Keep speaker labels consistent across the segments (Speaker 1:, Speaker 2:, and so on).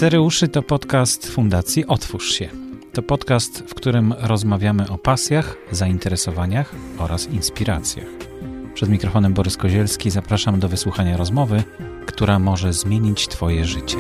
Speaker 1: Cztery uszy to podcast Fundacji Otwórz się. To podcast, w którym rozmawiamy o pasjach, zainteresowaniach oraz inspiracjach. Przed mikrofonem Borys Kozielski zapraszam do wysłuchania rozmowy, która może zmienić Twoje życie.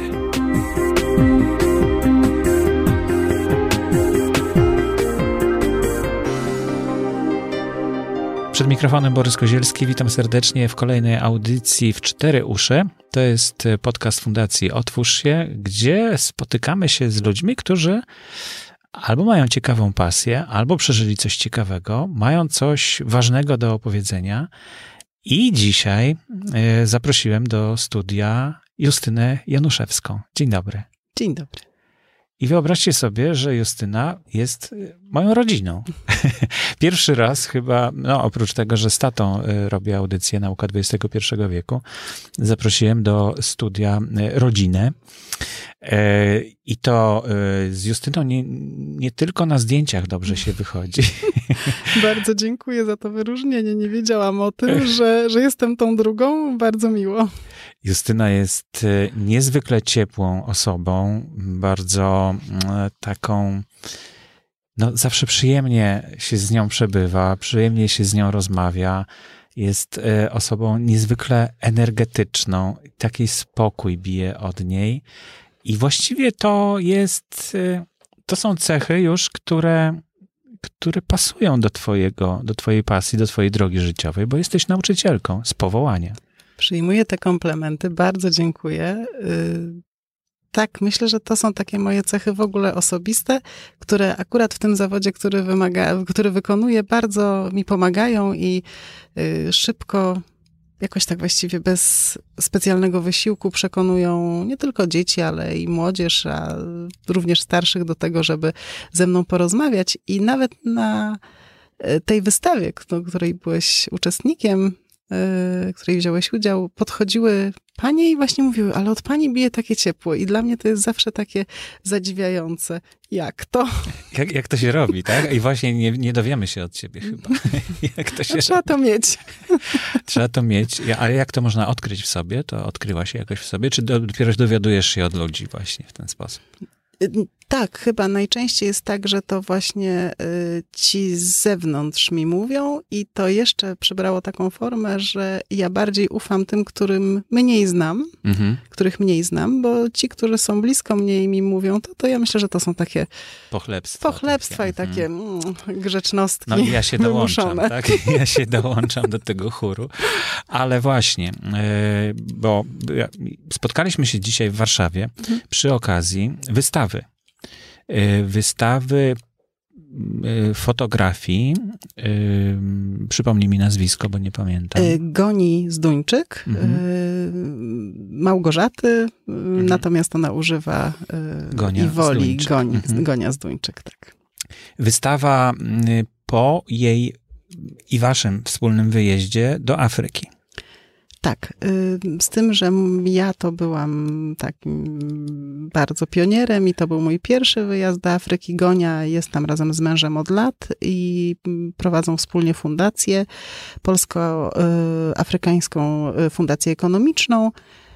Speaker 1: Przed mikrofonem Borys Kozielski, witam serdecznie w kolejnej audycji w Cztery uszy. To jest podcast Fundacji Otwórz się, gdzie spotykamy się z ludźmi, którzy albo mają ciekawą pasję, albo przeżyli coś ciekawego, mają coś ważnego do opowiedzenia. I dzisiaj zaprosiłem do studia Justynę Januszewską. Dzień dobry.
Speaker 2: Dzień dobry.
Speaker 1: I wyobraźcie sobie, że Justyna jest moją rodziną. Pierwszy raz chyba, oprócz tego, że z tatą robię audycję Nauka XXI wieku, zaprosiłem do studia rodzinę. I to z Justyną nie tylko na zdjęciach dobrze się wychodzi.
Speaker 2: Bardzo dziękuję za to wyróżnienie. Nie wiedziałam o tym, że jestem tą drugą. Bardzo miło.
Speaker 1: Justyna jest niezwykle ciepłą osobą, bardzo taką, zawsze przyjemnie się z nią przebywa, przyjemnie się z nią rozmawia. Jest osobą niezwykle energetyczną, taki spokój bije od niej. I właściwie to są cechy już, które pasują do twojej pasji, do twojej drogi życiowej, bo jesteś nauczycielką z powołania.
Speaker 2: Przyjmuję te komplementy, bardzo dziękuję. Tak, myślę, że to są takie moje cechy w ogóle osobiste, które akurat w tym zawodzie, który wykonuję, bardzo mi pomagają i szybko, jakoś tak właściwie bez specjalnego wysiłku przekonują nie tylko dzieci, ale i młodzież, a również starszych do tego, żeby ze mną porozmawiać. I nawet na tej wystawie, której byłeś uczestnikiem, której wziąłeś udział, podchodziły panie i właśnie mówiły, ale od pani bije takie ciepło. I dla mnie to jest zawsze takie zadziwiające. Jak to?
Speaker 1: Jak to się robi, tak? I właśnie nie dowiemy się od ciebie chyba. Jak to się
Speaker 2: trzeba to mieć.
Speaker 1: Trzeba to mieć. Ale jak to można odkryć w sobie? To odkryłaś się jakoś w sobie? Czy dopiero dowiadujesz się od ludzi właśnie w ten sposób?
Speaker 2: Tak, chyba najczęściej jest tak, że to właśnie ci z zewnątrz mi mówią i to jeszcze przybrało taką formę, że ja bardziej ufam tym, których mniej znam, bo ci, którzy są blisko mnie i mi mówią, to ja myślę, że to są takie pochlebstwa i takie grzecznostki.
Speaker 1: No i ja się dołączam, tak? Ja się dołączam do tego chóru. Ale właśnie, bo spotkaliśmy się dzisiaj w Warszawie przy okazji wystawy fotografii, przypomnij mi nazwisko, bo nie pamiętam.
Speaker 2: Goni Zduńczyk, Małgorzaty, natomiast ona używa Gonia Zduńczyk, tak.
Speaker 1: Wystawa po jej i waszym wspólnym wyjeździe do Afryki.
Speaker 2: Tak, z tym, że ja to byłam takim bardzo pionierem i to był mój pierwszy wyjazd do Afryki. Gonia jest tam razem z mężem od lat i prowadzą wspólnie fundację, Polsko-Afrykańską Fundację Ekonomiczną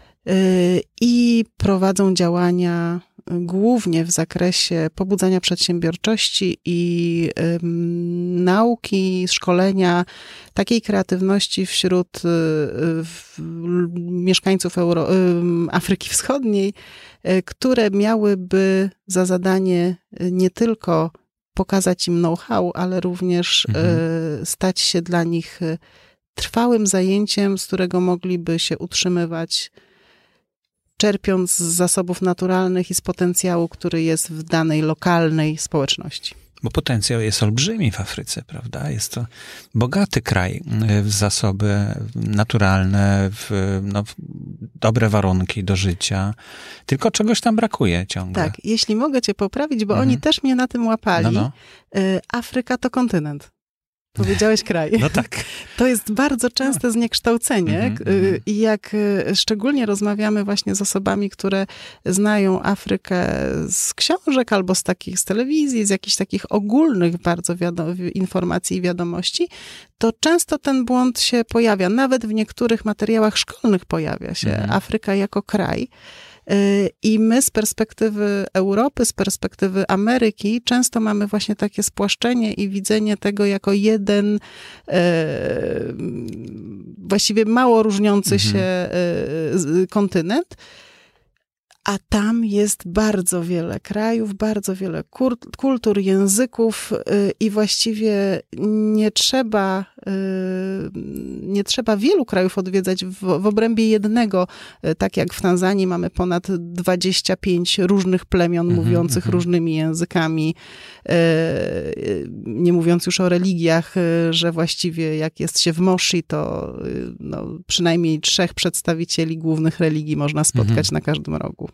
Speaker 2: i prowadzą działania głównie w zakresie pobudzania przedsiębiorczości i nauki, szkolenia, takiej kreatywności wśród mieszkańców Afryki Wschodniej, które miałyby za zadanie nie tylko pokazać im know-how, ale również stać się dla nich trwałym zajęciem, z którego mogliby się utrzymywać, czerpiąc z zasobów naturalnych i z potencjału, który jest w danej lokalnej społeczności.
Speaker 1: Bo potencjał jest olbrzymi w Afryce, prawda? Jest to bogaty kraj w zasoby naturalne, w dobre warunki do życia. Tylko czegoś tam brakuje ciągle.
Speaker 2: Tak, jeśli mogę cię poprawić, bo oni też mnie na tym łapali. Afryka to kontynent. Powiedziałeś kraj.
Speaker 1: No tak.
Speaker 2: To jest bardzo częste zniekształcenie i jak szczególnie rozmawiamy właśnie z osobami, które znają Afrykę z książek albo z telewizji, z jakichś takich ogólnych bardzo informacji i wiadomości, to często ten błąd się pojawia. Nawet w niektórych materiałach szkolnych pojawia się Afryka jako kraj. I my z perspektywy Europy, z perspektywy Ameryki często mamy właśnie takie spłaszczenie i widzenie tego jako jeden właściwie mało różniący się kontynent. A tam jest bardzo wiele krajów, bardzo wiele kultur, języków i właściwie nie trzeba wielu krajów odwiedzać w obrębie jednego. Tak jak w Tanzanii mamy ponad 25 różnych plemion mówiących różnymi językami, nie mówiąc już o religiach, że właściwie jak jest się w Moshi, to przynajmniej 3 przedstawicieli głównych religii można spotkać na każdym rogu.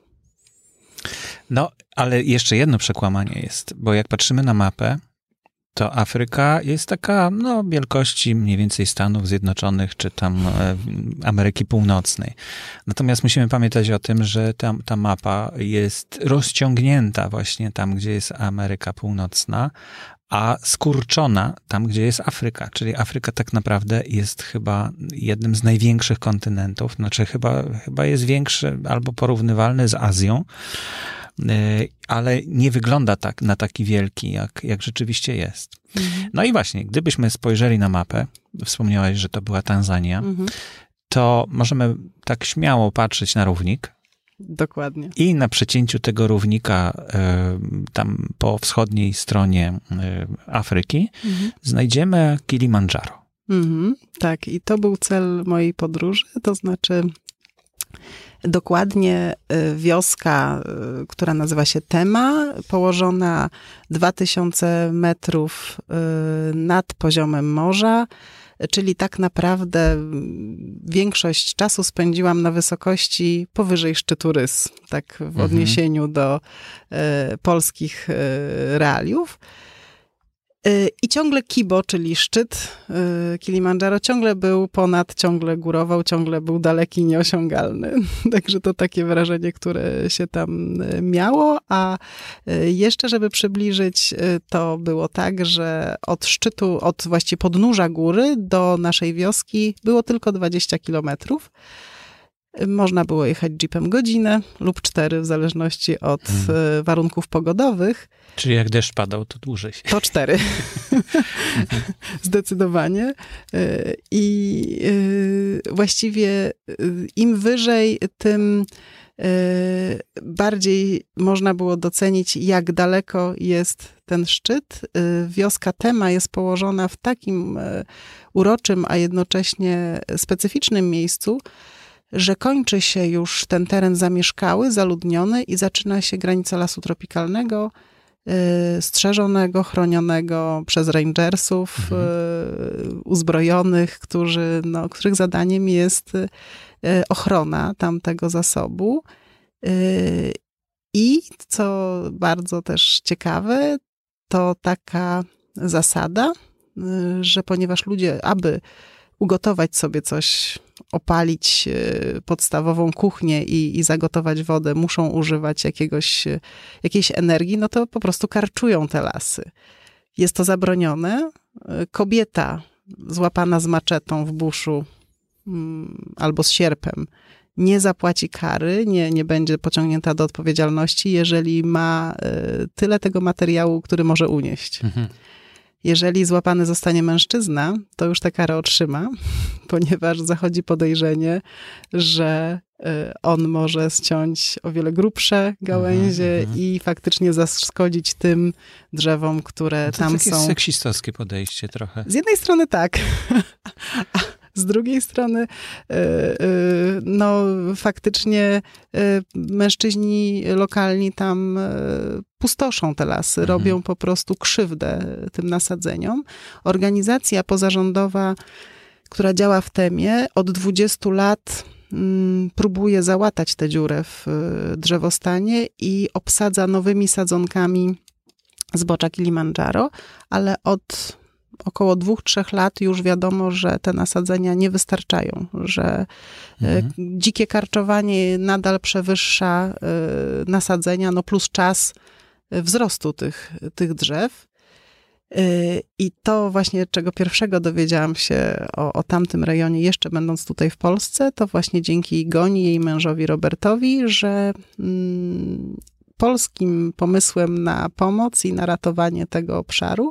Speaker 1: No, ale jeszcze jedno przekłamanie jest, bo jak patrzymy na mapę, to Afryka jest taka, wielkości mniej więcej Stanów Zjednoczonych, czy tam Ameryki Północnej. Natomiast musimy pamiętać o tym, że ta mapa jest rozciągnięta właśnie tam, gdzie jest Ameryka Północna, a skurczona tam, gdzie jest Afryka. Czyli Afryka tak naprawdę jest chyba jednym z największych kontynentów, znaczy chyba jest większy albo porównywalny z Azją, ale nie wygląda tak na taki wielki, jak rzeczywiście jest. No i właśnie, gdybyśmy spojrzeli na mapę, wspomniałaś, że to była Tanzania, to możemy tak śmiało patrzeć na równik.
Speaker 2: Dokładnie.
Speaker 1: I na przecięciu tego równika, tam po wschodniej stronie Afryki, znajdziemy Kilimandżaro.
Speaker 2: Tak, i to był cel mojej podróży, to znaczy dokładnie wioska, która nazywa się Tema, położona 2000 metrów nad poziomem morza, czyli tak naprawdę większość czasu spędziłam na wysokości powyżej szczytu Rys, tak w odniesieniu do polskich realiów. I ciągle Kibo, czyli szczyt Kilimandżaro, ciągle górował, ciągle był daleki, nieosiągalny. Także to takie wrażenie, które się tam miało. A jeszcze, żeby przybliżyć, to było tak, że od szczytu, od właściwie podnóża góry do naszej wioski było tylko 20 kilometrów. Można było jechać jeepem godzinę lub 4, w zależności od warunków pogodowych.
Speaker 1: Czyli jak deszcz padał, to dłużej się.
Speaker 2: To 4. Zdecydowanie. I właściwie im wyżej, tym bardziej można było docenić, jak daleko jest ten szczyt. Wioska Tema jest położona w takim uroczym, a jednocześnie specyficznym miejscu, że kończy się już ten teren zamieszkały, zaludniony i zaczyna się granica lasu tropikalnego, strzeżonego, chronionego przez rangersów uzbrojonych, których zadaniem jest ochrona tamtego zasobu. I co bardzo też ciekawe, to taka zasada, że ponieważ ludzie, aby ugotować sobie coś, opalić podstawową kuchnię i zagotować wodę, muszą używać jakiejś energii, no to po prostu karczują te lasy. Jest to zabronione. Kobieta złapana z maczetą w buszu albo z sierpem nie zapłaci kary, nie będzie pociągnięta do odpowiedzialności, jeżeli ma tyle tego materiału, który może unieść. Jeżeli złapany zostanie mężczyzna, to już tę karę otrzyma, ponieważ zachodzi podejrzenie, że on może ściąć o wiele grubsze gałęzie i faktycznie zaszkodzić tym drzewom, które
Speaker 1: to
Speaker 2: tam
Speaker 1: są. To takie seksistowskie podejście trochę.
Speaker 2: Z jednej strony tak, a z drugiej strony faktycznie mężczyźni lokalni tam pustoszą te lasy, robią po prostu krzywdę tym nasadzeniom. Organizacja pozarządowa, która działa w Temie, od 20 lat próbuje załatać tę dziurę w drzewostanie i obsadza nowymi sadzonkami zbocza Kilimandżaro, ale od około 2-3 lat już wiadomo, że te nasadzenia nie wystarczają, że dzikie karczowanie nadal przewyższa nasadzenia, plus czas wzrostu tych drzew. I to właśnie, czego pierwszego dowiedziałam się o tamtym rejonie, jeszcze będąc tutaj w Polsce, to właśnie dzięki Igoni, jej mężowi Robertowi, że polskim pomysłem na pomoc i na ratowanie tego obszaru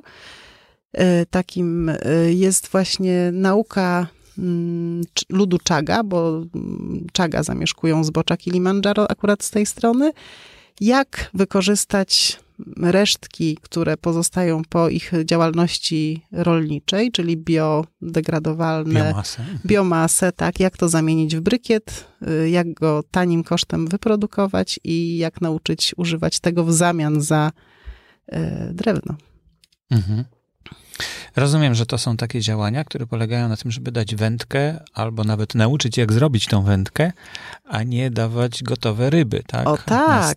Speaker 2: takim jest właśnie nauka ludu Czaga, bo Czaga zamieszkują zbocza Kilimandżaro akurat z tej strony, jak wykorzystać resztki, które pozostają po ich działalności rolniczej, czyli biodegradowalne, biomasę, tak, jak to zamienić w brykiet, jak go tanim kosztem wyprodukować i jak nauczyć używać tego w zamian za drewno.
Speaker 1: Mhm. Rozumiem, że to są takie działania, które polegają na tym, żeby dać wędkę, albo nawet nauczyć, jak zrobić tą wędkę, a nie dawać gotowe ryby, tak?
Speaker 2: O tak,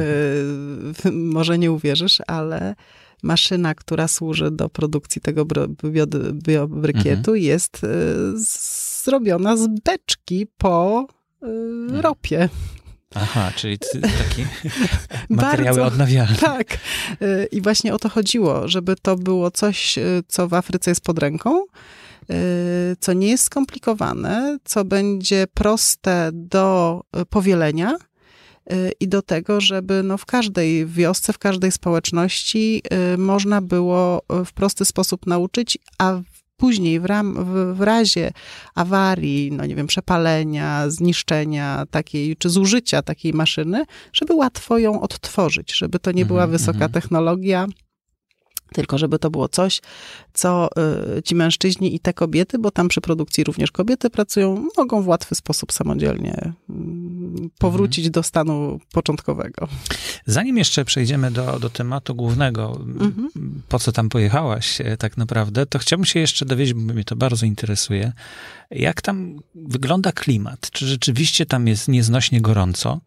Speaker 2: może nie uwierzysz, ale maszyna, która służy do produkcji tego biobrykietu jest zrobiona z beczki po ropie.
Speaker 1: Aha, czyli takie materiały odnawialne.
Speaker 2: Tak. I właśnie o to chodziło, żeby to było coś, co w Afryce jest pod ręką, co nie jest skomplikowane, co będzie proste do powielenia i do tego, żeby w każdej wiosce, w każdej społeczności można było w prosty sposób nauczyć, a później w razie awarii, przepalenia, zniszczenia takiej, czy zużycia takiej maszyny, żeby łatwo ją odtworzyć, żeby to nie była wysoka technologia, tylko żeby to było coś, co ci mężczyźni i te kobiety, bo tam przy produkcji również kobiety pracują, mogą w łatwy sposób samodzielnie powrócić do stanu początkowego.
Speaker 1: Zanim jeszcze przejdziemy do tematu głównego, po co tam pojechałaś tak naprawdę, to chciałbym się jeszcze dowiedzieć, bo mnie to bardzo interesuje, jak tam wygląda klimat? Czy rzeczywiście tam jest nieznośnie gorąco?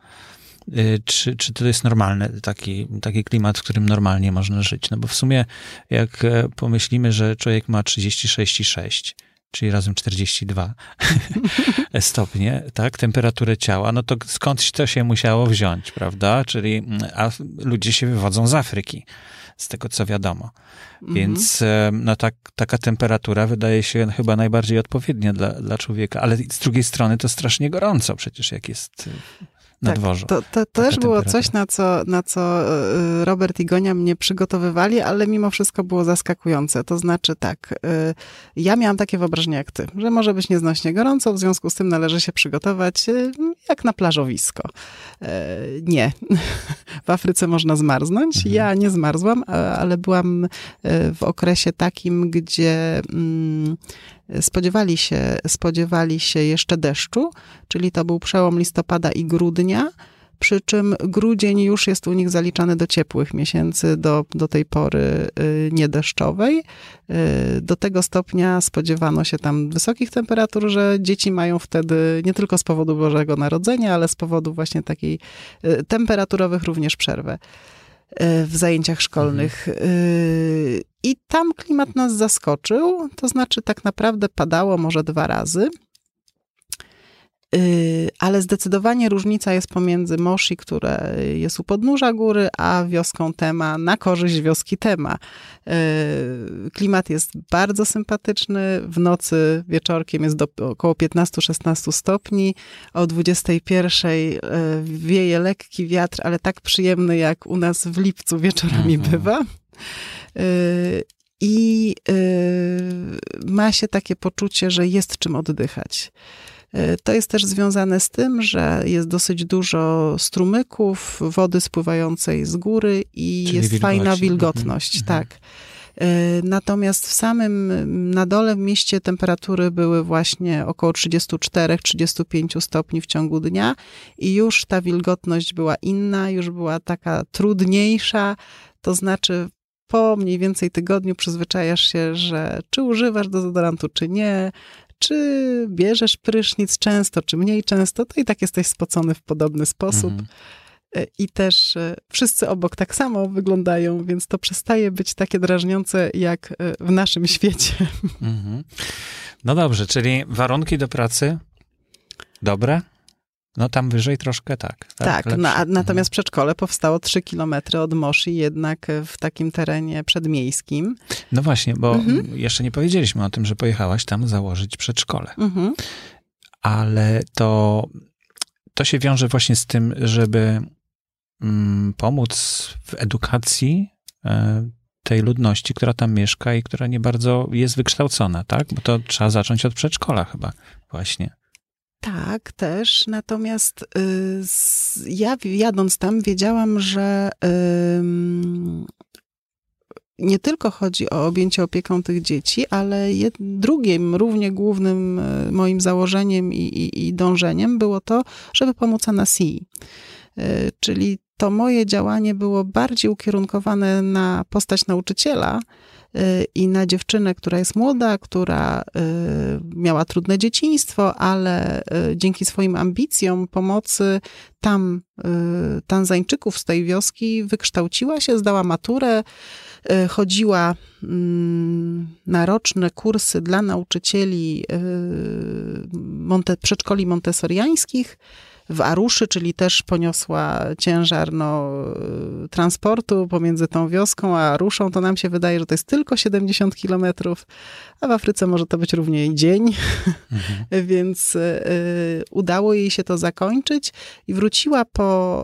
Speaker 1: Czy to jest normalny taki klimat, w którym normalnie można żyć? No bo w sumie jak pomyślimy, że człowiek ma 36,6, czyli razem 42 stopnie, tak, temperaturę ciała, no to skądś to się musiało wziąć, prawda? A ludzie się wywodzą z Afryki, z tego co wiadomo. Więc taka temperatura wydaje się chyba najbardziej odpowiednia dla człowieka, ale z drugiej strony to strasznie gorąco przecież, jak jest na dworzu.
Speaker 2: To też było coś, na co Robert i Gonia mnie przygotowywali, ale mimo wszystko było zaskakujące. To znaczy tak, ja miałam takie wyobrażenie jak ty, że może być nieznośnie gorąco, w związku z tym należy się przygotować jak na plażowisko. Nie. W Afryce można zmarznąć. Ja nie zmarzłam, ale byłam w okresie takim, gdzie spodziewali się jeszcze deszczu, czyli to był przełom listopada i grudnia, przy czym grudzień już jest u nich zaliczany do ciepłych miesięcy, do tej pory niedeszczowej. Do tego stopnia spodziewano się tam wysokich temperatur, że dzieci mają wtedy nie tylko z powodu Bożego Narodzenia, ale z powodu właśnie takiej temperaturowych również przerwę w zajęciach szkolnych. I tam klimat nas zaskoczył, to znaczy tak naprawdę padało może 2 razy, ale zdecydowanie różnica jest pomiędzy Moshi, które jest u podnóża góry, a wioską Tema, na korzyść wioski Tema. Klimat jest bardzo sympatyczny, w nocy wieczorkiem jest około 15-16 stopni, o 21 wieje lekki wiatr, ale tak przyjemny jak u nas w lipcu wieczorami bywa. I ma się takie poczucie, że jest czym oddychać. To jest też związane z tym, że jest dosyć dużo strumyków, wody spływającej z góry i czyli jest fajna wilgotność, tak. Natomiast na dole w mieście temperatury były właśnie około 34-35 stopni w ciągu dnia i już ta wilgotność była inna, już była taka trudniejsza, to znaczy po mniej więcej tygodniu przyzwyczajasz się, że czy używasz dezodorantu, czy nie, czy bierzesz prysznic często, czy mniej często, to i tak jesteś spocony w podobny sposób. I też wszyscy obok tak samo wyglądają, więc to przestaje być takie drażniące jak w naszym świecie.
Speaker 1: No dobrze, czyli warunki do pracy dobre? No tam wyżej troszkę tak.
Speaker 2: Tak, natomiast przedszkole powstało 3 kilometry od Moshi, jednak w takim terenie przedmiejskim.
Speaker 1: No właśnie, bo jeszcze nie powiedzieliśmy o tym, że pojechałaś tam założyć przedszkole. Ale to się wiąże właśnie z tym, żeby pomóc w edukacji tej ludności, która tam mieszka i która nie bardzo jest wykształcona, tak? Bo to trzeba zacząć od przedszkola chyba właśnie.
Speaker 2: Tak, też. Natomiast ja jadąc tam wiedziałam, że nie tylko chodzi o objęcie opieką tych dzieci, ale drugim, równie głównym moim założeniem i dążeniem było to, żeby pomóc Anasii. Czyli to moje działanie było bardziej ukierunkowane na postać nauczyciela i na dziewczynę, która jest młoda, która miała trudne dzieciństwo, ale dzięki swoim ambicjom pomocy Tanzańczyków z tej wioski wykształciła się, zdała maturę, chodziła na roczne kursy dla nauczycieli przedszkoli montessoriańskich w Aruszy, czyli też poniosła ciężar transportu pomiędzy tą wioską a Aruszą. To nam się wydaje, że to jest tylko 70 kilometrów, a w Afryce może to być równie dzień. Więc udało jej się to zakończyć i wróciła po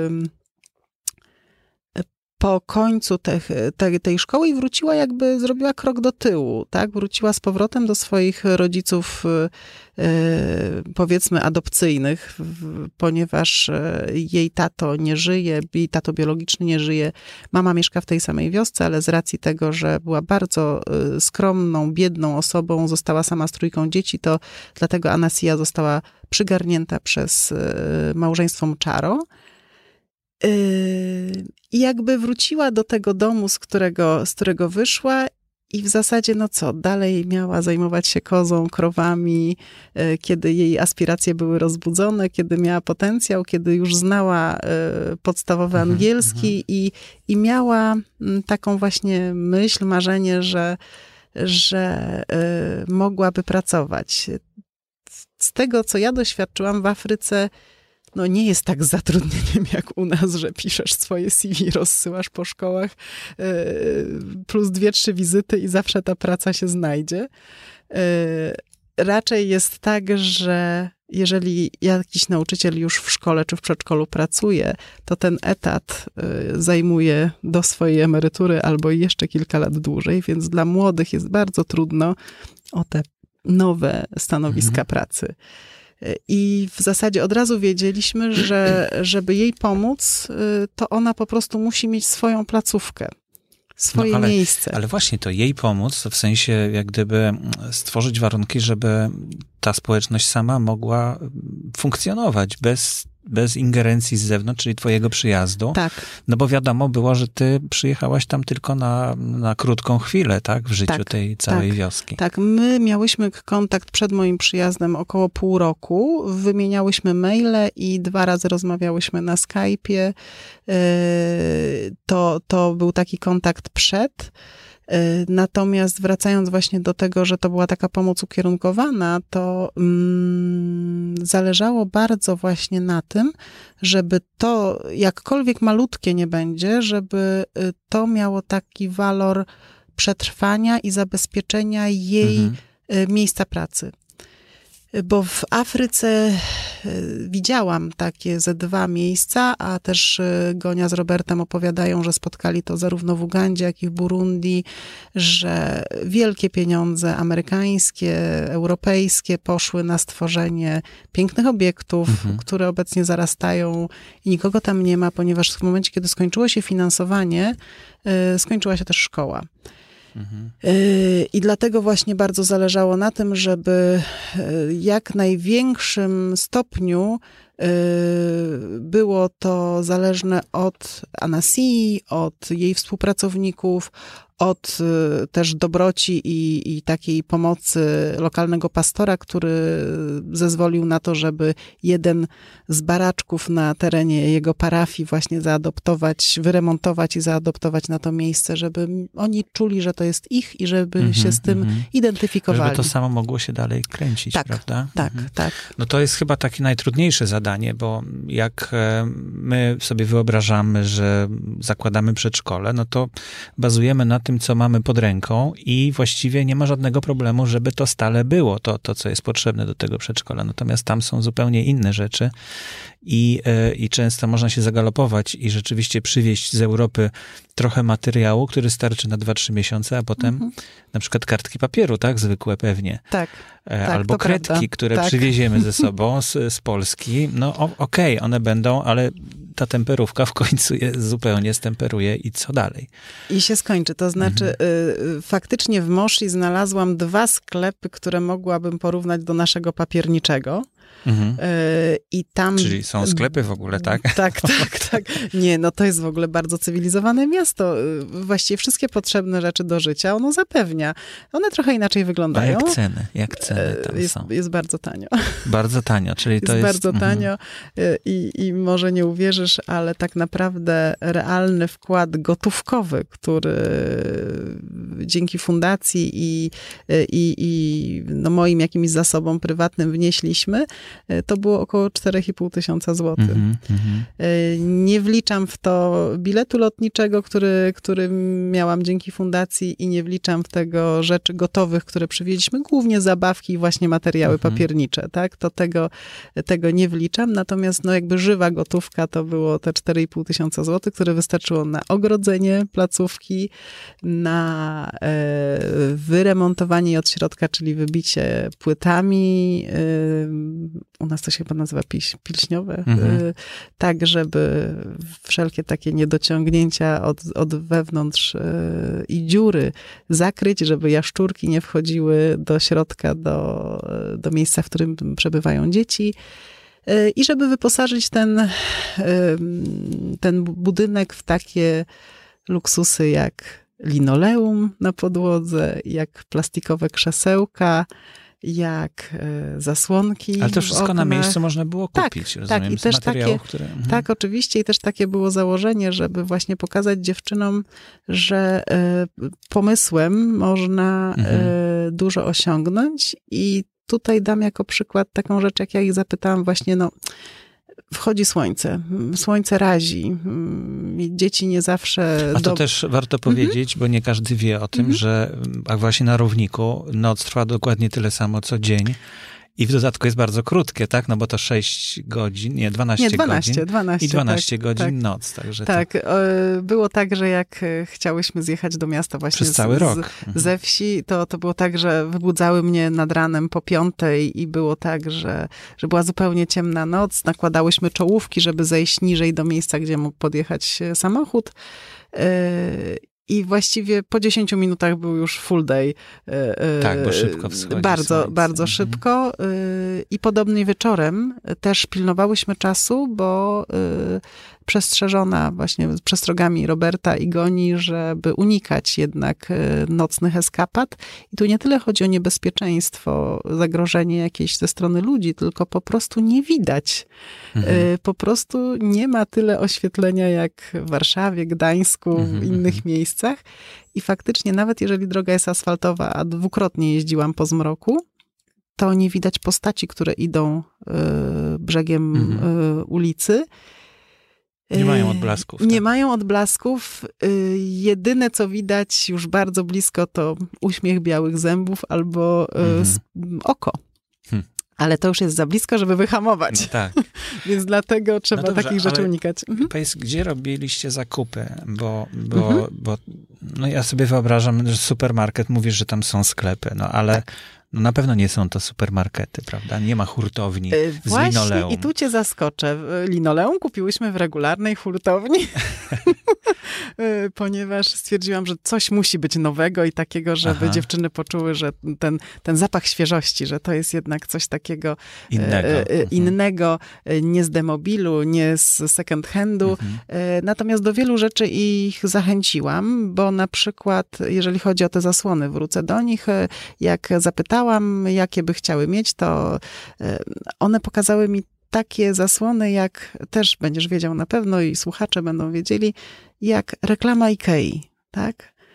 Speaker 2: końcu tej szkoły i wróciła jakby, zrobiła krok do tyłu, tak? Wróciła z powrotem do swoich rodziców, powiedzmy, adopcyjnych, ponieważ jej tato nie żyje, jej tato biologiczny nie żyje. Mama mieszka w tej samej wiosce, ale z racji tego, że była bardzo skromną, biedną osobą, została sama z 3 dzieci, to dlatego Anasia została przygarnięta przez małżeństwo Mcharo. I jakby wróciła do tego domu, z którego wyszła i w zasadzie, dalej miała zajmować się kozą, krowami, kiedy jej aspiracje były rozbudzone, kiedy miała potencjał, kiedy już znała podstawowy angielski i miała taką właśnie myśl, marzenie, że mogłaby pracować. Z tego, co ja doświadczyłam w Afryce, nie jest tak z zatrudnieniem jak u nas, że piszesz swoje CV, rozsyłasz po szkołach, plus 2-3 wizyty i zawsze ta praca się znajdzie. Raczej jest tak, że jeżeli jakiś nauczyciel już w szkole czy w przedszkolu pracuje, to ten etat zajmuje do swojej emerytury albo jeszcze kilka lat dłużej, więc dla młodych jest bardzo trudno o te nowe stanowiska pracy. I w zasadzie od razu wiedzieliśmy, że żeby jej pomóc, to ona po prostu musi mieć swoją placówkę, swoje miejsce. Ale
Speaker 1: właśnie to jej pomóc, to w sensie jak gdyby stworzyć warunki, żeby ta społeczność sama mogła funkcjonować bez ingerencji z zewnątrz, czyli twojego przyjazdu.
Speaker 2: Tak.
Speaker 1: No bo wiadomo było, że ty przyjechałaś tam tylko na krótką chwilę, tak? W życiu tej całej wioski.
Speaker 2: Tak, my miałyśmy kontakt przed moim przyjazdem około pół roku. Wymieniałyśmy maile i 2 razy rozmawiałyśmy na Skype'ie. To był taki kontakt przed. Natomiast wracając właśnie do tego, że to była taka pomoc ukierunkowana, to zależało bardzo właśnie na tym, żeby to, jakkolwiek malutkie nie będzie, żeby to miało taki walor przetrwania i zabezpieczenia jej miejsca pracy. Bo w Afryce widziałam takie ze 2 miejsca, a też Gonia z Robertem opowiadają, że spotkali to zarówno w Ugandzie, jak i w Burundi, że wielkie pieniądze amerykańskie, europejskie poszły na stworzenie pięknych obiektów, które obecnie zarastają i nikogo tam nie ma, ponieważ w momencie, kiedy skończyło się finansowanie, skończyła się też szkoła. I dlatego właśnie bardzo zależało na tym, żeby jak największym stopniu było to zależne od Anasii, od jej współpracowników, od też dobroci i takiej pomocy lokalnego pastora, który zezwolił na to, żeby jeden z baraczków na terenie jego parafii właśnie zaadoptować, wyremontować i zaadoptować na to miejsce, żeby oni czuli, że to jest ich i żeby się z tym identyfikowali.
Speaker 1: Żeby to samo mogło się dalej kręcić, prawda?
Speaker 2: Tak.
Speaker 1: No to jest chyba takie najtrudniejsze zadanie, zdanie, bo jak my sobie wyobrażamy, że zakładamy przedszkole, no to bazujemy na tym, co mamy pod ręką i właściwie nie ma żadnego problemu, żeby to stale było, to co jest potrzebne do tego przedszkola. Natomiast tam są zupełnie inne rzeczy i często można się zagalopować i rzeczywiście przywieźć z Europy trochę materiału, który starczy na 2-3 miesiące, a potem na przykład kartki papieru, tak? Zwykłe pewnie.
Speaker 2: Tak.
Speaker 1: Albo kredki, prawda, które przywieziemy ze sobą z Polski. No okej, one będą, ale ta temperówka w końcu je zupełnie stemperuje i co dalej? I
Speaker 2: się skończy. To znaczy faktycznie w Moshi znalazłam 2 sklepy, które mogłabym porównać do naszego papierniczego. I tam...
Speaker 1: Czyli są sklepy w ogóle, tak?
Speaker 2: Tak. Nie, no to jest w ogóle bardzo cywilizowane miasto. Właściwie wszystkie potrzebne rzeczy do życia ono zapewnia. One trochę inaczej wyglądają.
Speaker 1: A jak ceny tam są?
Speaker 2: Jest bardzo tanio.
Speaker 1: Bardzo tanio, czyli to jest...
Speaker 2: bardzo tanio i może nie uwierzysz, ale tak naprawdę realny wkład gotówkowy, który dzięki fundacji i no moim jakimś zasobom prywatnym wnieśliśmy, to było około 4,5 tysiąca złotych. Nie wliczam w to biletu lotniczego, który miałam dzięki fundacji i nie wliczam w tego rzeczy gotowych, które przywieźliśmy, głównie zabawki i właśnie materiały papiernicze, tak? To tego nie wliczam, natomiast no jakby żywa gotówka to było te 4,5 tysiąca złotych, które wystarczyło na ogrodzenie placówki, na wyremontowanie jej od środka, czyli wybicie płytami, u nas to się chyba nazywa pilśniowe, tak, żeby wszelkie takie niedociągnięcia od wewnątrz i dziury zakryć, żeby jaszczurki nie wchodziły do środka, do miejsca, w którym przebywają dzieci. I żeby wyposażyć ten budynek w takie luksusy jak linoleum na podłodze, jak plastikowe krzesełka, jak zasłonki.
Speaker 1: Ale to wszystko na miejscu można było kupić, rozumiem,
Speaker 2: tak, i też
Speaker 1: materiałów,
Speaker 2: takie, tak, oczywiście, i też takie było założenie, żeby właśnie pokazać dziewczynom, że pomysłem można dużo osiągnąć i tutaj dam jako przykład taką rzecz, jak ja ich zapytałam właśnie, wchodzi słońce razi, dzieci nie zawsze...
Speaker 1: A to też warto powiedzieć, bo nie każdy wie o tym, że właśnie na równiku noc trwa dokładnie tyle samo co dzień. I w dodatku jest bardzo krótkie, tak? No bo to 6 godzin, 12 godzin.
Speaker 2: 12
Speaker 1: I 12 godzin
Speaker 2: tak.
Speaker 1: noc. Także
Speaker 2: tak, było tak, że jak chciałyśmy zjechać do miasta właśnie
Speaker 1: przez cały rok.
Speaker 2: Ze wsi, to było tak, że wybudzały mnie nad ranem po 5 i było tak, że była zupełnie ciemna noc. Nakładałyśmy czołówki, żeby zejść niżej do miejsca, gdzie mógł podjechać samochód. I właściwie po 10 minutach był już full day.
Speaker 1: Tak, bo szybko wschodzi
Speaker 2: bardzo szybko. I podobnie wieczorem też pilnowałyśmy czasu, bo przestrzeżona właśnie przestrogami Roberta i Goni, żeby unikać jednak nocnych eskapad. I tu nie tyle chodzi o niebezpieczeństwo, zagrożenie jakieś ze strony ludzi, tylko po prostu nie widać. Po prostu nie ma tyle oświetlenia jak w Warszawie, Gdańsku, w innych miejscach. I faktycznie nawet jeżeli droga jest asfaltowa, a 2-krotnie jeździłam po zmroku, to nie widać postaci, które idą brzegiem ulicy.
Speaker 1: Nie mają odblasków.
Speaker 2: Nie mają odblasków. Jedyne, co widać już bardzo blisko, to uśmiech białych zębów albo oko. Ale to już jest za blisko, żeby wyhamować.
Speaker 1: No tak.
Speaker 2: Więc dlatego trzeba takich rzeczy unikać.
Speaker 1: Powiedz, gdzie robiliście zakupy? Bo no ja sobie wyobrażam, że supermarket, mówisz, że tam są sklepy, no ale... Tak. No na pewno nie są to supermarkety, prawda? Nie ma hurtowni z linoleum.
Speaker 2: I tu cię zaskoczę. Linoleum kupiłyśmy w regularnej hurtowni, ponieważ stwierdziłam, że coś musi być nowego i takiego, żeby dziewczyny poczuły, że ten zapach świeżości, że to jest jednak coś takiego innego, nie z demobilu, nie z second handu. Natomiast do wielu rzeczy ich zachęciłam, bo na przykład, jeżeli chodzi o te zasłony, wrócę do nich, jak zapytałam, jakie by chciały mieć, to one pokazały mi takie zasłony, jak też będziesz wiedział na pewno i słuchacze będą wiedzieli, jak reklama Ikei, tak?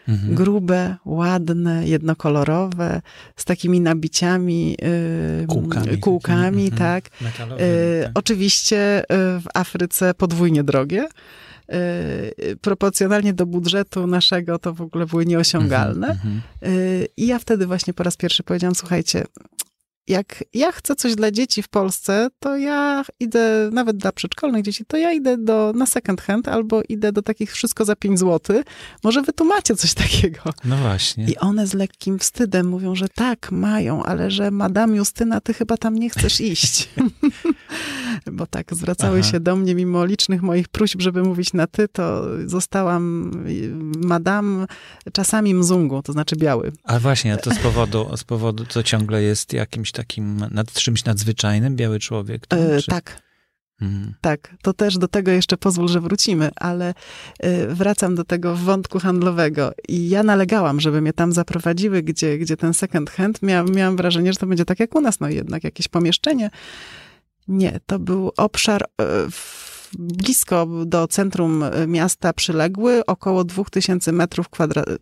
Speaker 2: grube, ładne, jednokolorowe, z takimi nabiciami, kółkami, tak. Oczywiście w Afryce podwójnie drogie. Proporcjonalnie do budżetu naszego to w ogóle były nieosiągalne. I ja wtedy właśnie po raz pierwszy powiedziałam, słuchajcie, jak ja chcę coś dla dzieci w Polsce, to ja idę, nawet dla przedszkolnych dzieci, to ja idę na second hand albo idę do takich wszystko za 5 zł. Może wy tu macie coś takiego.
Speaker 1: No właśnie.
Speaker 2: I one z lekkim wstydem mówią, że tak, mają, ale że Madame Justyna, ty chyba tam nie chcesz iść. Bo tak zwracały się do mnie, mimo licznych moich próśb, żeby mówić na ty, to zostałam Madame, czasami Mzungu, to znaczy biały.
Speaker 1: A właśnie, to z powodu, co ciągle jest jakimś takim, czymś nadzwyczajnym, biały człowiek?
Speaker 2: Tak. Tak, to też do tego jeszcze pozwól, że wrócimy, ale wracam do tego wątku handlowego i ja nalegałam, żeby mnie tam zaprowadziły, gdzie ten second hand, miałam wrażenie, że to będzie tak jak u nas, no jednak jakieś pomieszczenie. Nie, to był obszar blisko do centrum miasta przyległy, około 2000 metrów kwadratowych.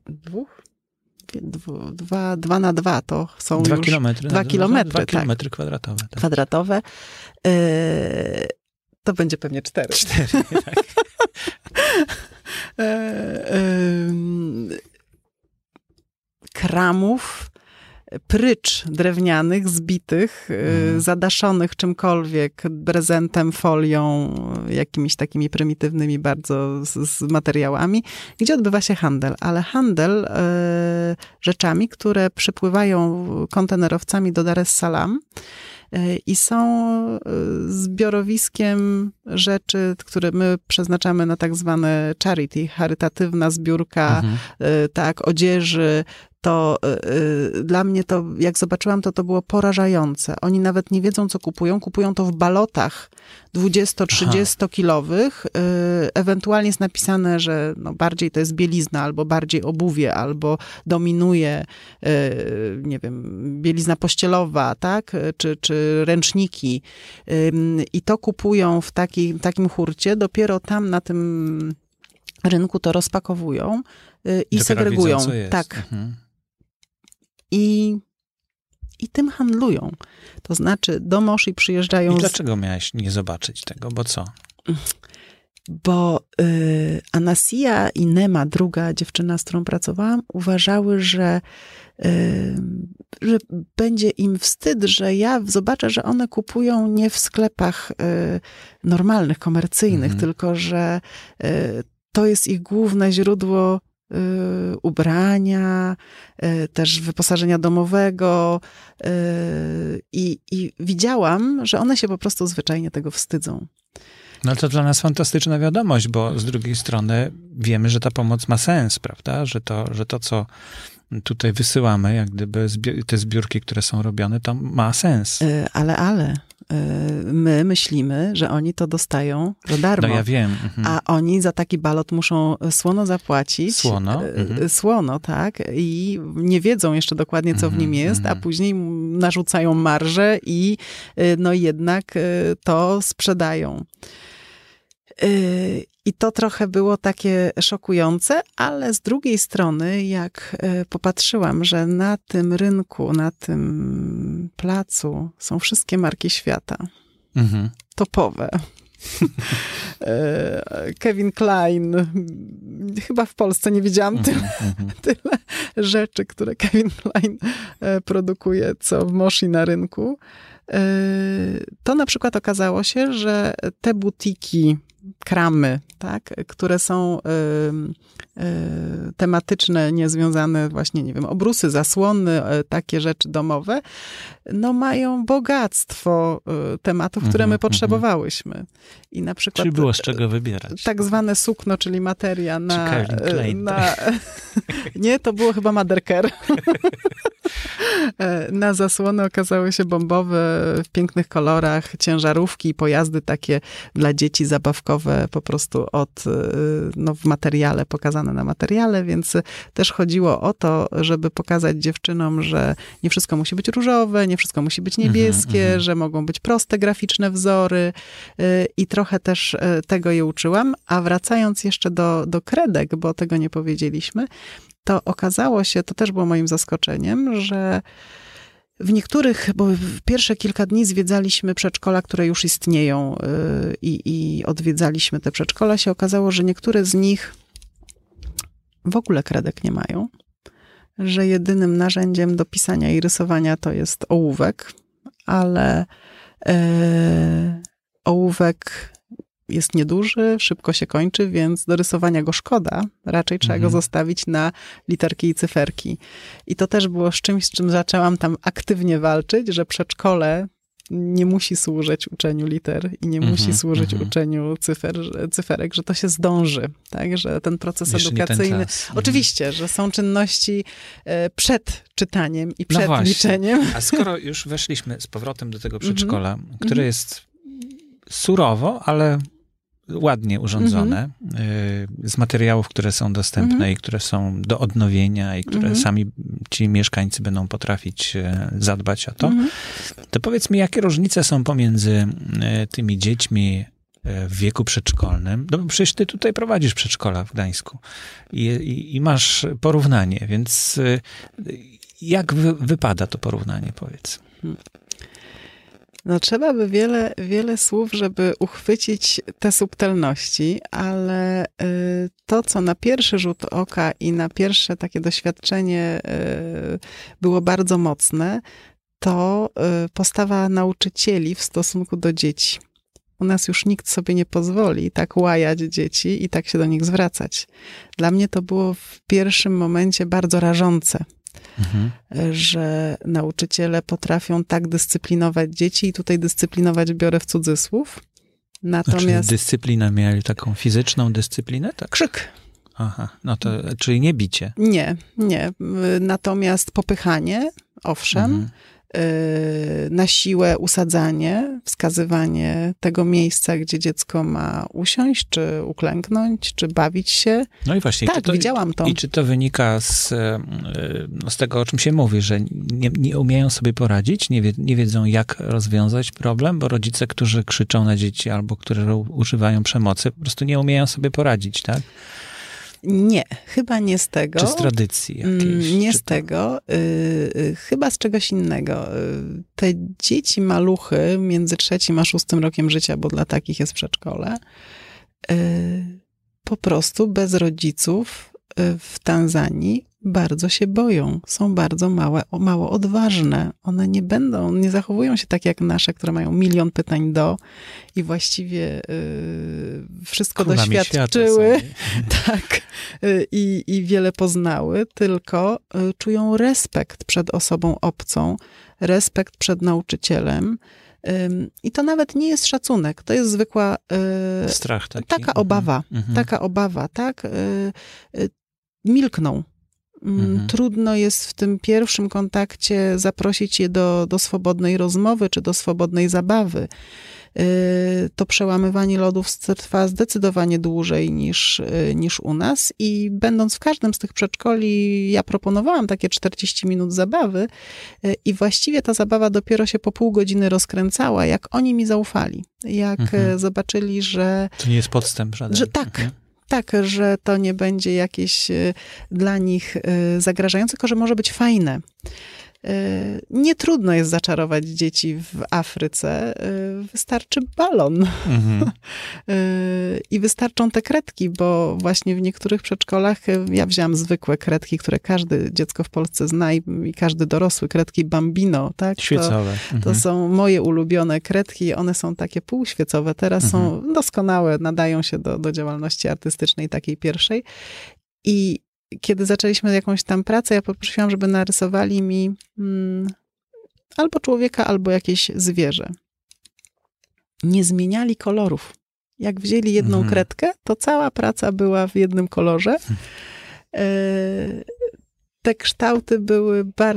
Speaker 2: 2 na 2 to są
Speaker 1: 2
Speaker 2: już...
Speaker 1: kilometry.
Speaker 2: 2 kilometry,
Speaker 1: 2
Speaker 2: tak.
Speaker 1: kilometry kwadratowe. Tak.
Speaker 2: Kwadratowe. To będzie pewnie 4.
Speaker 1: 4, tak.
Speaker 2: Kramów, prycz drewnianych, zbitych, zadaszonych czymkolwiek, prezentem, folią, jakimiś takimi prymitywnymi bardzo z materiałami, gdzie odbywa się handel. Ale handel rzeczami, które przypływają kontenerowcami do Dar es Salaam i są zbiorowiskiem rzeczy, które my przeznaczamy na tak zwane charity, charytatywna zbiórka, tak, odzieży. To dla mnie to, jak zobaczyłam to było porażające. Oni nawet nie wiedzą, co kupują. Kupują to w balotach 20-30 kilowych. Ewentualnie jest napisane, że no bardziej to jest bielizna, albo bardziej obuwie, albo dominuje, nie wiem, bielizna pościelowa, tak? Czy ręczniki. I to kupują w takim hurcie. Dopiero tam na tym rynku to rozpakowują i segregują.
Speaker 1: Widzą, co jest.
Speaker 2: Tak. I tym handlują. To znaczy do Moshi przyjeżdżają...
Speaker 1: I dlaczego miałaś nie zobaczyć tego? Bo co?
Speaker 2: Bo Anasia i Nema, druga dziewczyna, z którą pracowałam, uważały, że będzie im wstyd, że ja zobaczę, że one kupują nie w sklepach normalnych, komercyjnych, tylko że to jest ich główne źródło ubrania, też wyposażenia domowego i widziałam, że one się po prostu zwyczajnie tego wstydzą.
Speaker 1: No to dla nas fantastyczna wiadomość, bo z drugiej strony wiemy, że ta pomoc ma sens, prawda? Że to co tutaj wysyłamy, jak gdyby te zbiórki, które są robione, to ma sens.
Speaker 2: Ale my myślimy, że oni to dostają za darmo.
Speaker 1: No ja wiem.
Speaker 2: A oni za taki balot muszą słono zapłacić.
Speaker 1: Słono?
Speaker 2: Słono, tak. I nie wiedzą jeszcze dokładnie, co w nim jest, a później narzucają marżę i no jednak to sprzedają. I to trochę było takie szokujące, ale z drugiej strony, jak popatrzyłam, że na tym rynku, na tym placu są wszystkie marki świata. Topowe. Kevin Klein. Chyba w Polsce nie widziałam tyle rzeczy, które Kevin Klein produkuje, co w Moshi na rynku. To na przykład okazało się, że te butiki, kramy, tak, które są tematyczne, niezwiązane właśnie, nie wiem, obrusy, zasłony, takie rzeczy domowe, no mają bogactwo tematów, które my potrzebowałyśmy. I na przykład...
Speaker 1: Czyli było z czego wybierać.
Speaker 2: Tak zwane sukno, czyli materia na...
Speaker 1: na
Speaker 2: nie, to było chyba Maderker. Na zasłony okazały się bombowe, w pięknych kolorach, ciężarówki, pojazdy takie dla dzieci zabawkowe, po prostu w materiale, pokazane na materiale, więc też chodziło o to, żeby pokazać dziewczynom, że nie wszystko musi być różowe, nie wszystko musi być niebieskie, że mogą być proste, graficzne wzory i trochę też tego je uczyłam. A wracając jeszcze do kredek, bo tego nie powiedzieliśmy, to okazało się, to też było moim zaskoczeniem, że w niektórych, bo w pierwsze kilka dni zwiedzaliśmy przedszkola, które już istnieją i odwiedzaliśmy te przedszkola, się okazało, że niektóre z nich w ogóle kredek nie mają, że jedynym narzędziem do pisania i rysowania to jest ołówek, ale ołówek jest nieduży, szybko się kończy, więc do rysowania go szkoda. Raczej trzeba go zostawić na literki i cyferki. I to też było z czym zaczęłam tam aktywnie walczyć, że przedszkole nie musi służyć uczeniu liter i nie musi służyć uczeniu cyferek, że to się zdąży, tak? Że ten proces edukacyjny... Oczywiście, że są czynności przed czytaniem i przed liczeniem.
Speaker 1: A skoro już weszliśmy z powrotem do tego przedszkola, które jest surowo, ale ładnie urządzone, z materiałów, które są dostępne i które są do odnowienia i które sami ci mieszkańcy będą potrafić zadbać o to. To powiedz mi, jakie różnice są pomiędzy tymi dziećmi w wieku przedszkolnym? No bo przecież ty tutaj prowadzisz przedszkola w Gdańsku i masz porównanie, więc jak wypada to porównanie, powiedz?
Speaker 2: No trzeba by wiele słów, żeby uchwycić te subtelności, ale to, co na pierwszy rzut oka i na pierwsze takie doświadczenie było bardzo mocne, to postawa nauczycieli w stosunku do dzieci. U nas już nikt sobie nie pozwoli tak łajać dzieci i tak się do nich zwracać. Dla mnie to było w pierwszym momencie bardzo rażące. Że nauczyciele potrafią tak dyscyplinować dzieci i tutaj dyscyplinować biorę w cudzysłów. Natomiast...
Speaker 1: dyscyplinę mieli taką fizyczną dyscyplinę? Tak?
Speaker 2: Krzyk.
Speaker 1: Aha, no to, czyli nie bicie.
Speaker 2: Nie. Natomiast popychanie, owszem, na siłę usadzanie, wskazywanie tego miejsca, gdzie dziecko ma usiąść, czy uklęknąć, czy bawić się.
Speaker 1: No i właśnie.
Speaker 2: Tak, widziałam to.
Speaker 1: I czy to wynika z tego, o czym się mówi, że nie umieją sobie poradzić, nie wiedzą, jak rozwiązać problem, bo rodzice, którzy krzyczą na dzieci albo które używają przemocy, po prostu nie umieją sobie poradzić, tak?
Speaker 2: Nie, chyba nie z tego.
Speaker 1: Czy z tradycji jakiejś?
Speaker 2: Nie z tego, chyba z czegoś innego. Te dzieci maluchy między 3. a 6. rokiem życia, bo dla takich jest przedszkole, po prostu bez rodziców w Tanzanii bardzo się boją. Są bardzo mało odważne. One nie zachowują się tak jak nasze, które mają milion pytań i właściwie wszystko doświadczyły. Tak. I wiele poznały, tylko czują respekt przed osobą obcą, respekt przed nauczycielem. I to nawet nie jest szacunek, to jest zwykła
Speaker 1: strach taki.
Speaker 2: Taka obawa, tak? Milkną. Trudno jest w tym pierwszym kontakcie zaprosić je do swobodnej rozmowy, czy do swobodnej zabawy. To przełamywanie lodów trwa zdecydowanie dłużej niż u nas i będąc w każdym z tych przedszkoli, ja proponowałam takie 40 minut zabawy i właściwie ta zabawa dopiero się po pół godziny rozkręcała, jak oni mi zaufali. Jak zobaczyli, że...
Speaker 1: To nie jest podstęp żaden.
Speaker 2: Że tak. Tak, że to nie będzie jakieś dla nich zagrażające, tylko że może być fajne. Nie trudno jest zaczarować dzieci w Afryce. Wystarczy balon. I wystarczą te kredki, bo właśnie w niektórych przedszkolach ja wzięłam zwykłe kredki, które każde dziecko w Polsce zna i każdy dorosły, kredki Bambino. Tak?
Speaker 1: Świecowe.
Speaker 2: To są moje ulubione kredki. One są takie półświecowe. Teraz są doskonałe, nadają się do działalności artystycznej takiej pierwszej. I kiedy zaczęliśmy jakąś tam pracę, ja poprosiłam, żeby narysowali mi albo człowieka, albo jakieś zwierzę. Nie zmieniali kolorów. Jak wzięli jedną kredkę, to cała praca była w jednym kolorze. Te kształty były bardzo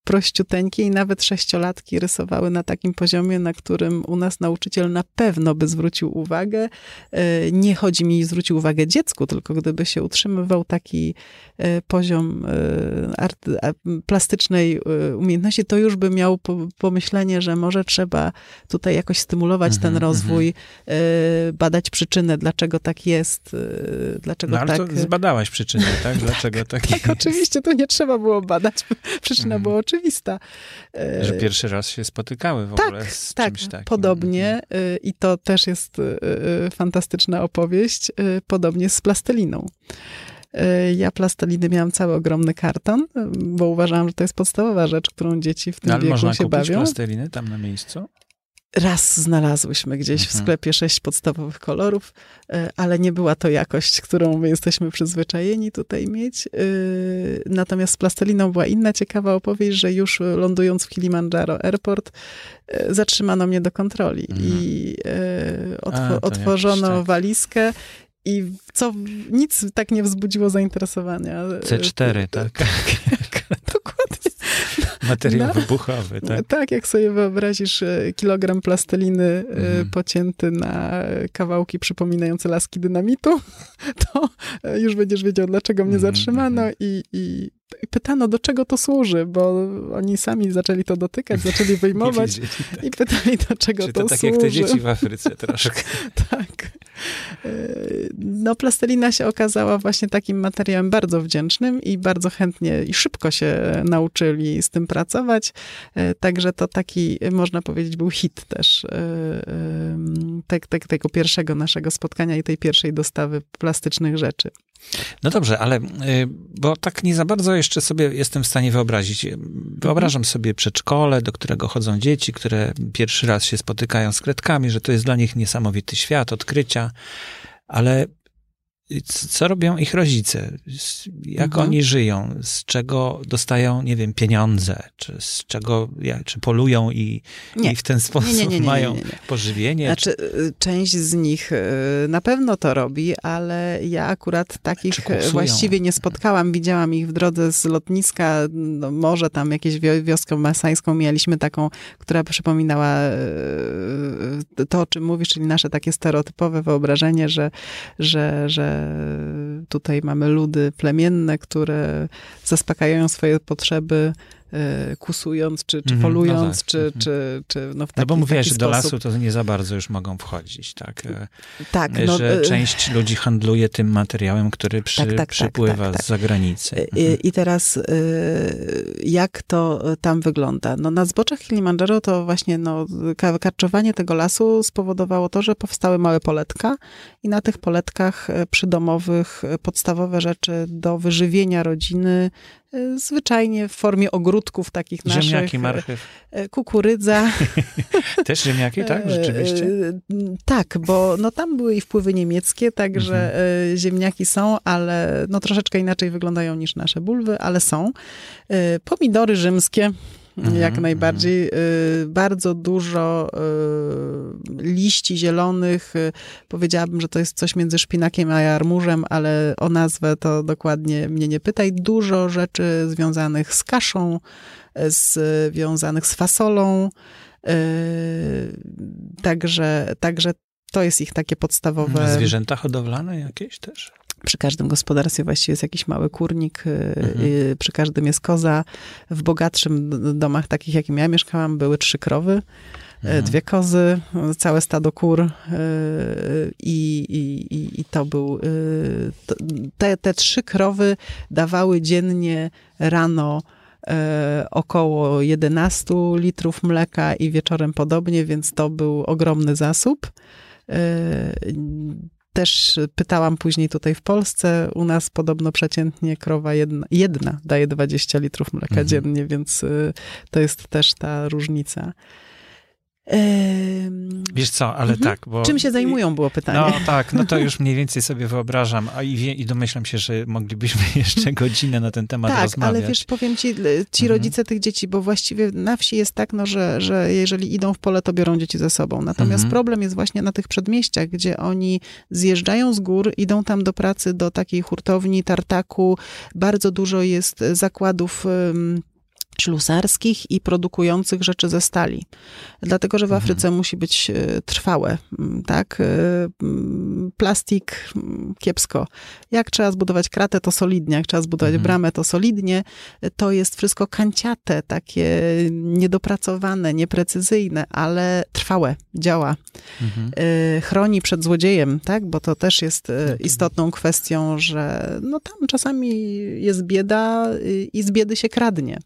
Speaker 2: prościuteńkie i nawet 6-latki rysowały na takim poziomie, na którym u nas nauczyciel na pewno by zwrócił uwagę. Nie chodzi mi zwrócił uwagę dziecku, tylko gdyby się utrzymywał taki poziom plastycznej umiejętności, to już by miał pomyślenie, że może trzeba tutaj jakoś stymulować ten rozwój, badać przyczynę, dlaczego tak jest, dlaczego
Speaker 1: ale
Speaker 2: tak...
Speaker 1: to zbadałaś przyczynę, tak? Dlaczego tak jest?
Speaker 2: Tak, oczywiście, to nie trzeba było badać. Przyczyna była oczywista.
Speaker 1: Że pierwszy raz się spotykały w ogóle z czymś takim.
Speaker 2: Podobnie. I to też jest fantastyczna opowieść. Podobnie z plasteliną. Ja plasteliny miałam cały ogromny karton, bo uważałam, że to jest podstawowa rzecz, którą dzieci w tym wieku się bawią.
Speaker 1: Ale można kupić plasteliny tam na miejscu?
Speaker 2: Raz znalazłyśmy gdzieś w sklepie 6 podstawowych kolorów, ale nie była to jakość, którą my jesteśmy przyzwyczajeni tutaj mieć. Natomiast z plasteliną była inna ciekawa opowieść, że już lądując w Kilimandżaro Airport zatrzymano mnie do kontroli i otworzono walizkę. I nic tak nie wzbudziło zainteresowania.
Speaker 1: C4, tak?
Speaker 2: Dokładnie.
Speaker 1: Materiał wybuchowy, tak?
Speaker 2: Tak, jak sobie wyobrazisz kilogram plasteliny pocięty na kawałki przypominające laski dynamitu, to już będziesz wiedział, dlaczego mnie zatrzymano i pytano, do czego to służy, bo oni sami zaczęli to dotykać, zaczęli wyjmować i pytali, do czego to
Speaker 1: tak
Speaker 2: służy.
Speaker 1: Jak te dzieci w Afryce troszkę.
Speaker 2: Tak. No, plastelina się okazała właśnie takim materiałem bardzo wdzięcznym i bardzo chętnie i szybko się nauczyli z tym pracować. Także to taki, można powiedzieć, był hit też tego pierwszego naszego spotkania i tej pierwszej dostawy plastycznych rzeczy.
Speaker 1: No dobrze, ale bo tak nie za bardzo jeszcze sobie jestem w stanie wyobrazić. Wyobrażam sobie przedszkole, do którego chodzą dzieci, które pierwszy raz się spotykają z kredkami, że to jest dla nich niesamowity świat, odkrycia, ale co robią ich rodzice? Jak oni żyją? Z czego dostają, nie wiem, pieniądze? Czy polują i w ten sposób mają pożywienie?
Speaker 2: Znaczy, część z nich na pewno to robi, ale ja akurat takich właściwie nie spotkałam. Widziałam ich w drodze z lotniska, no może tam jakieś wioskę masańską mieliśmy taką, która przypominała to, o czym mówisz, czyli nasze takie stereotypowe wyobrażenie, że tutaj mamy ludy plemienne, które zaspokajają swoje potrzeby kusując, czy polując, czy w taki,
Speaker 1: bo mówiłaś,
Speaker 2: że
Speaker 1: do lasu to nie za bardzo już mogą wchodzić, tak?
Speaker 2: Tak.
Speaker 1: Że część ludzi handluje tym materiałem, który przypływa z zagranicy.
Speaker 2: I teraz jak to tam wygląda? No, na zboczach Kilimandżaro to właśnie karczowanie tego lasu spowodowało to, że powstały małe poletka i na tych poletkach przydomowych podstawowe rzeczy do wyżywienia rodziny, zwyczajnie w formie ogródków takich naszych.
Speaker 1: Ziemniaki, marchew.
Speaker 2: Kukurydza.
Speaker 1: Też ziemniaki, tak? Rzeczywiście?
Speaker 2: Tak, bo tam były i wpływy niemieckie, także ziemniaki są, ale troszeczkę inaczej wyglądają niż nasze bulwy, ale są. Pomidory rzymskie. Jak najbardziej. Bardzo dużo liści zielonych. Powiedziałabym, że to jest coś między szpinakiem a jarmużem, ale o nazwę to dokładnie mnie nie pytaj. Dużo rzeczy związanych z kaszą, związanych z fasolą. Także to jest ich takie podstawowe...
Speaker 1: Zwierzęta hodowlane jakieś też?
Speaker 2: Przy każdym gospodarstwie właściwie jest jakiś mały kurnik, przy każdym jest koza. W bogatszym domach, takich jakim ja mieszkałam, były 3 krowy, 2 kozy, całe stado kur i to był... Te 3 krowy dawały dziennie rano około 11 litrów mleka i wieczorem podobnie, więc to był ogromny zasób. Też pytałam później tutaj w Polsce, u nas podobno przeciętnie krowa jedna daje 20 litrów mleka dziennie, więc to jest też ta różnica.
Speaker 1: Wiesz co, ale tak, bo...
Speaker 2: Czym się zajmują, było pytanie.
Speaker 1: No tak, to już mniej więcej sobie wyobrażam, i domyślam się, że moglibyśmy jeszcze godzinę na ten temat rozmawiać.
Speaker 2: Tak, ale wiesz, powiem ci rodzice tych dzieci, bo właściwie na wsi jest tak, że jeżeli idą w pole, to biorą dzieci ze sobą. Natomiast problem jest właśnie na tych przedmieściach, gdzie oni zjeżdżają z gór, idą tam do pracy, do takiej hurtowni, tartaku. Bardzo dużo jest zakładów ślusarskich i produkujących rzeczy ze stali. Dlatego, że w Afryce musi być trwałe, tak? Plastik kiepsko. Jak trzeba zbudować kratę, to solidnie. Jak trzeba zbudować bramę, to solidnie. To jest wszystko kanciate, takie niedopracowane, nieprecyzyjne, ale trwałe, działa. Chroni przed złodziejem, tak? Bo to też jest istotną kwestią, że no tam czasami jest bieda i z biedy się kradnie.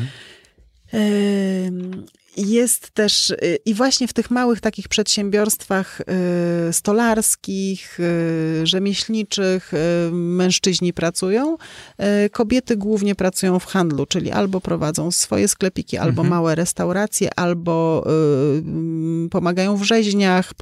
Speaker 2: Jest też, i właśnie w tych małych takich przedsiębiorstwach stolarskich, rzemieślniczych mężczyźni pracują. Kobiety głównie pracują w handlu, czyli albo prowadzą swoje sklepiki, albo małe restauracje, albo pomagają w rzeźniach,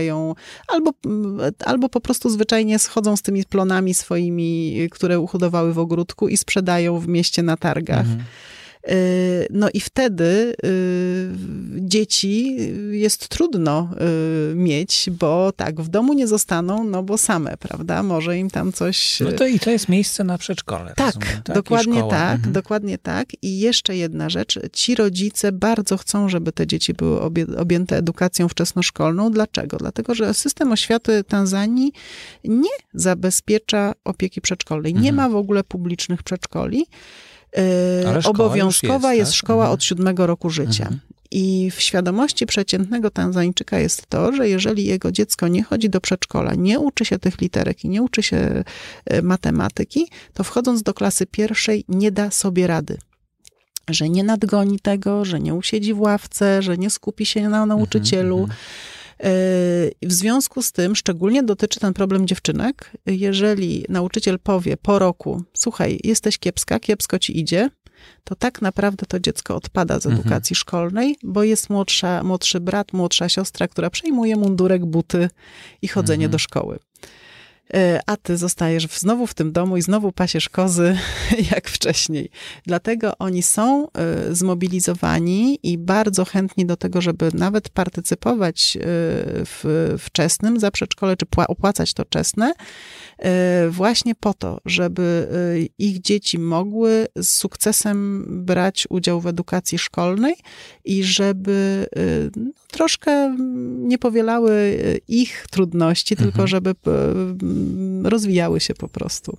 Speaker 2: albo po prostu zwyczajnie schodzą z tymi plonami swoimi, które uhodowały w ogródku i sprzedają w mieście na targach. No i wtedy dzieci jest trudno mieć, bo tak, w domu nie zostaną, no bo same, prawda? Może im tam coś...
Speaker 1: No to jest miejsce na przedszkole.
Speaker 2: Tak, rozumiem, tak? Dokładnie tak, dokładnie tak. I jeszcze jedna rzecz, ci rodzice bardzo chcą, żeby te dzieci były objęte edukacją wczesnoszkolną. Dlaczego? Dlatego, że system oświaty Tanzanii nie zabezpiecza opieki przedszkolnej. Nie ma w ogóle publicznych przedszkoli. Obowiązkowa jest szkoła od 7 roku życia. I w świadomości przeciętnego Tanzańczyka jest to, że jeżeli jego dziecko nie chodzi do przedszkola, nie uczy się tych literek i nie uczy się matematyki, to wchodząc do klasy pierwszej nie da sobie rady. Że nie nadgoni tego, że nie usiedzi w ławce, że nie skupi się na nauczycielu. W związku z tym szczególnie dotyczy ten problem dziewczynek. Jeżeli nauczyciel powie po roku, słuchaj, jesteś kiepska, kiepsko ci idzie, to tak naprawdę to dziecko odpada z edukacji szkolnej, bo jest młodszy brat, młodsza siostra, która przejmuje mundurek, buty i chodzenie do szkoły. A ty zostajesz znowu w tym domu i znowu pasiesz kozy jak wcześniej. Dlatego oni są zmobilizowani i bardzo chętni do tego, żeby nawet partycypować w wczesnym za przedszkole, czy opłacać to czesne, właśnie po to, żeby ich dzieci mogły z sukcesem brać udział w edukacji szkolnej i żeby troszkę nie powielały ich trudności, tylko żeby rozwijały się po prostu.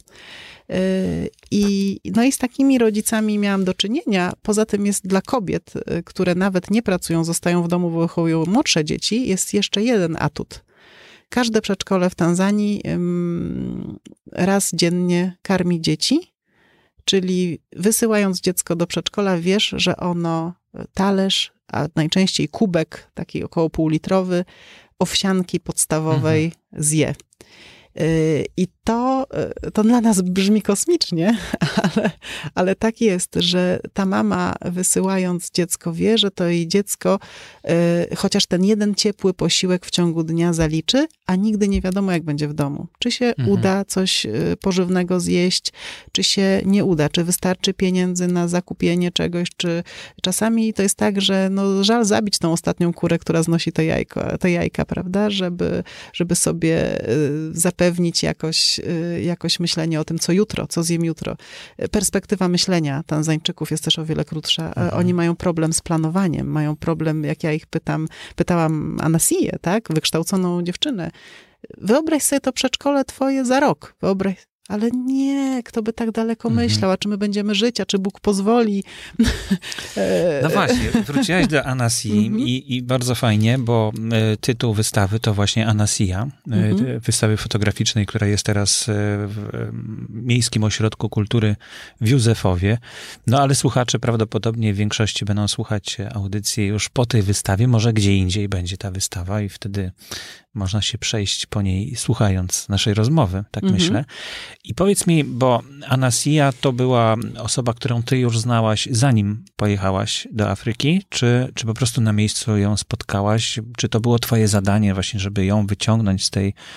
Speaker 2: I z takimi rodzicami miałam do czynienia. Poza tym jest dla kobiet, które nawet nie pracują, zostają w domu, wychowują młodsze dzieci, jest jeszcze jeden atut. Każde przedszkole w Tanzanii raz dziennie karmi dzieci, czyli wysyłając dziecko do przedszkola, wiesz, że ono talerz, a najczęściej kubek, taki około półlitrowy, owsianki podstawowej zje. I to dla nas brzmi kosmicznie, ale tak jest, że ta mama wysyłając dziecko wie, że to jej dziecko chociaż ten jeden ciepły posiłek w ciągu dnia zaliczy, a nigdy nie wiadomo, jak będzie w domu. Czy się uda coś pożywnego zjeść, czy się nie uda, czy wystarczy pieniędzy na zakupienie czegoś, czy czasami to jest tak, że no, żal zabić tą ostatnią kurę, która znosi te jajka, prawda, żeby sobie zapewnić jakoś myślenie o tym, co jutro, co zjem jutro. Perspektywa myślenia Tanzańczyków jest też o wiele krótsza. Oni mają problem z planowaniem, mają problem, jak ja ich pytałam Anasię, tak, wykształconą dziewczynę. Wyobraź sobie to przedszkole twoje za rok. Ale nie, kto by tak daleko myślał, a czy my będziemy żyć, a czy Bóg pozwoli.
Speaker 1: No właśnie, wróciłaś do Anasii i bardzo fajnie, bo tytuł wystawy to właśnie Anasia, wystawy fotograficznej, która jest teraz w Miejskim Ośrodku Kultury w Józefowie. No ale słuchacze prawdopodobnie w większości będą słuchać audycji już po tej wystawie, może gdzie indziej będzie ta wystawa i wtedy można się przejść po niej, słuchając naszej rozmowy, tak myślę. I powiedz mi, bo Anasia to była osoba, którą ty już znałaś, zanim pojechałaś do Afryki, czy po prostu na miejscu ją spotkałaś? Czy to było twoje zadanie właśnie, żeby ją wyciągnąć z tej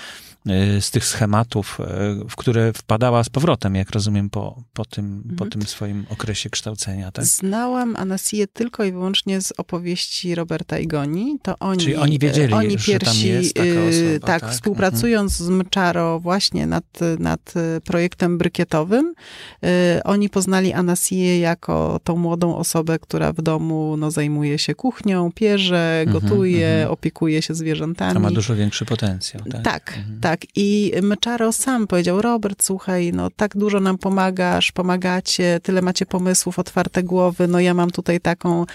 Speaker 1: z tych schematów, w które wpadała z powrotem, jak rozumiem, po tym swoim okresie kształcenia, tak?
Speaker 2: Znałam Anasię tylko i wyłącznie z opowieści Roberta i Goni.
Speaker 1: Czyli oni wiedzieli,
Speaker 2: oni
Speaker 1: że tam jest taka osoba,
Speaker 2: tak? Współpracując z Mczaro właśnie nad projektem brykietowym, oni poznali Anasię jako tą młodą osobę, która w domu zajmuje się kuchnią, pierze, gotuje, opiekuje się zwierzętami.
Speaker 1: To ma dużo większy potencjał, tak?
Speaker 2: Tak. I Mczaro sam powiedział: Robert, słuchaj, tak dużo nam pomagacie, tyle macie pomysłów, otwarte głowy, ja mam tutaj taką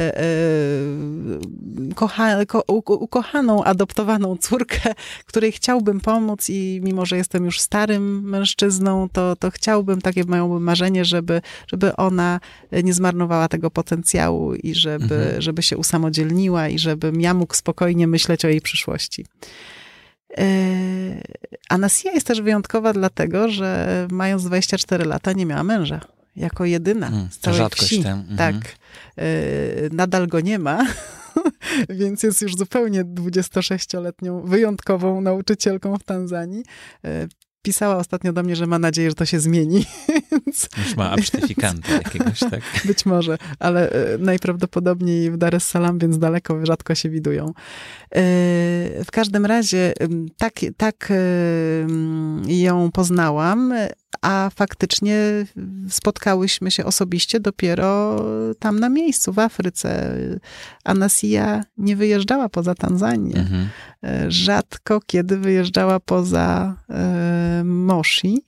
Speaker 2: ukochaną, adoptowaną córkę, której chciałbym pomóc i mimo, że jestem już starym mężczyzną, to chciałbym, takie miałbym marzenie, żeby ona nie zmarnowała tego potencjału i żeby się usamodzielniła i żebym ja mógł spokojnie myśleć o jej przyszłości. Anasia jest też wyjątkowa dlatego, że mając 24 lata nie miała męża. Jako jedyna z całej wsi. Tak. Nadal go nie ma, więc jest już zupełnie 26-letnią wyjątkową nauczycielką w Tanzanii. Pisała ostatnio do mnie, że ma nadzieję, że to się zmieni.
Speaker 1: Już ma absztyfikanta jakiegoś, tak?
Speaker 2: Być może, ale najprawdopodobniej w Dar es Salaam, więc daleko, rzadko się widują. W każdym razie tak ją poznałam, a faktycznie spotkałyśmy się osobiście dopiero tam na miejscu, w Afryce. Anasia nie wyjeżdżała poza Tanzanię. Rzadko kiedy wyjeżdżała poza Moshi,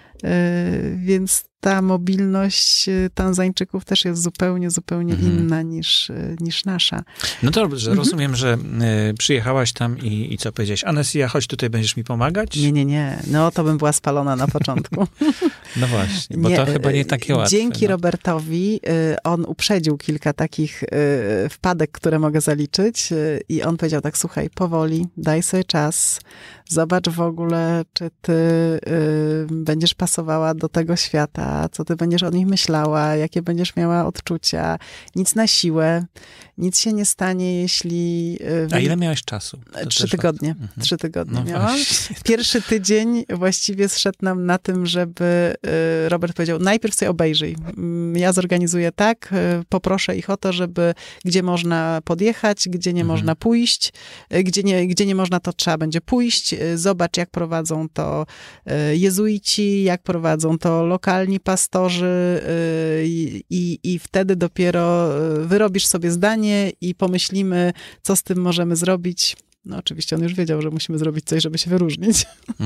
Speaker 2: więc ta mobilność Tanzańczyków też jest zupełnie inna niż nasza.
Speaker 1: No dobrze, rozumiem, że przyjechałaś tam i co powiedziałeś? Anasia, chodź tutaj, będziesz mi pomagać?
Speaker 2: Nie. To bym była spalona na początku.
Speaker 1: No właśnie, bo to chyba nie takie łatwe.
Speaker 2: Dzięki Robertowi on uprzedził kilka takich wpadek, które mogę zaliczyć i on powiedział tak: słuchaj, powoli, daj sobie czas, zobacz w ogóle, czy ty będziesz pasowała do tego świata, co ty będziesz o nich myślała, jakie będziesz miała odczucia. Nic na siłę, nic się nie stanie, jeśli...
Speaker 1: A ile miałeś czasu?
Speaker 2: 3 tygodnie. 3 tygodnie miałam. Pierwszy tydzień właściwie zszedł nam na tym, żeby Robert powiedział: najpierw sobie obejrzyj. Ja zorganizuję tak, poproszę ich o to, żeby gdzie można podjechać, gdzie nie można pójść, gdzie nie można, to trzeba będzie pójść. Zobacz, jak prowadzą to jezuici, jak prowadzą to lokalni pastorzy i wtedy dopiero wyrobisz sobie zdanie i pomyślimy, co z tym możemy zrobić. Oczywiście on już wiedział, że musimy zrobić coś, żeby się wyróżnić.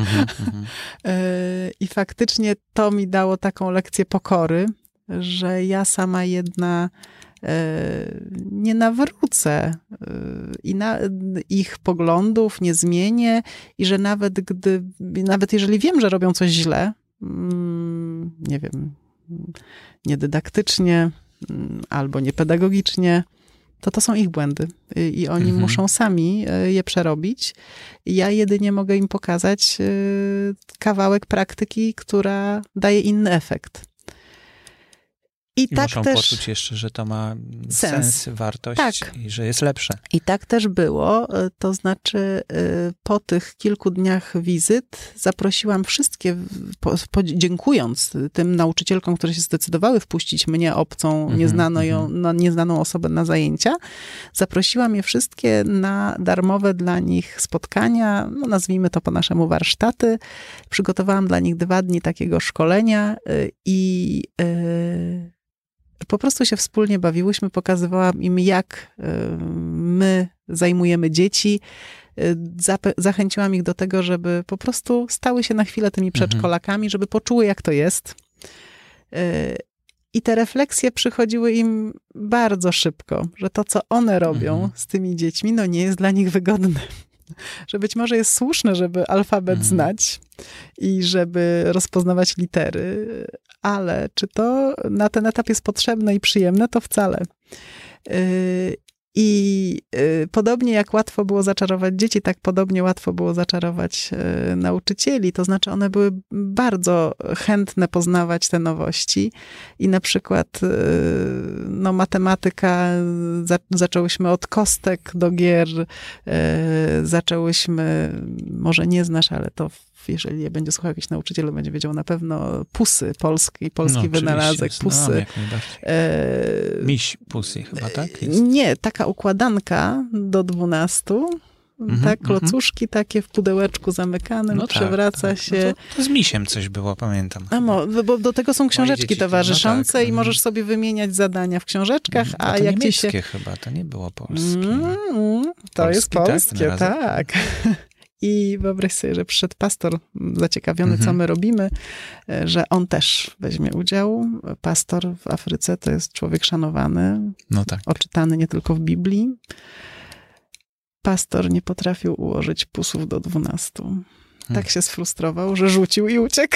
Speaker 2: I faktycznie to mi dało taką lekcję pokory, że ja sama jedna nie nawrócę i ich poglądów nie zmienię i że nawet jeżeli wiem, że robią coś źle, nie wiem, niedydaktycznie albo niepedagogicznie, to są ich błędy i oni muszą sami je przerobić. Ja jedynie mogę im pokazać kawałek praktyki, która daje inny efekt. I tak
Speaker 1: muszą
Speaker 2: też
Speaker 1: poczuć jeszcze, że to ma sens, wartość i że jest lepsze.
Speaker 2: I tak też było. To znaczy po tych kilku dniach wizyt zaprosiłam wszystkie, dziękując tym nauczycielkom, które się zdecydowały wpuścić mnie, obcą, nieznaną osobę na zajęcia, zaprosiłam je wszystkie na darmowe dla nich spotkania, nazwijmy to po naszemu warsztaty. Przygotowałam dla nich 2 dni takiego szkolenia i po prostu się wspólnie bawiłyśmy, pokazywałam im, jak my zajmujemy dzieci. Zachęciłam ich do tego, żeby po prostu stały się na chwilę tymi przedszkolakami, żeby poczuły, jak to jest. I te refleksje przychodziły im bardzo szybko, że to, co one robią z tymi dziećmi, nie jest dla nich wygodne. Że być może jest słuszne, żeby alfabet znać i żeby rozpoznawać litery, ale czy to na ten etap jest potrzebne i przyjemne, to wcale. I podobnie jak łatwo było zaczarować dzieci, tak podobnie łatwo było zaczarować nauczycieli. To znaczy one były bardzo chętne poznawać te nowości i na przykład no matematyka, zaczęłyśmy od kostek do gier, zaczęłyśmy, może nie znasz, ale to jeżeli je będzie słuchał jakiś nauczyciel, będzie wiedział na pewno Pusy, polski wynalazek, Pusy.
Speaker 1: Miś Pusy chyba, tak?
Speaker 2: Jest. Nie, taka układanka do 12, tak, klocuszki takie w pudełeczku zamykanym, przewraca się.
Speaker 1: To z misiem coś było, pamiętam.
Speaker 2: Bo do tego są książeczki towarzyszące i możesz sobie wymieniać zadania w książeczkach,
Speaker 1: a jak niemieckie chyba, to nie było polskie.
Speaker 2: To jest polskie, tak. I wyobraź sobie, że przyszedł pastor zaciekawiony, co my robimy, że on też weźmie udział. Pastor w Afryce to jest człowiek szanowany, oczytany nie tylko w Biblii. Pastor nie potrafił ułożyć pusów do 12. Tak się sfrustrował, że rzucił i uciekł.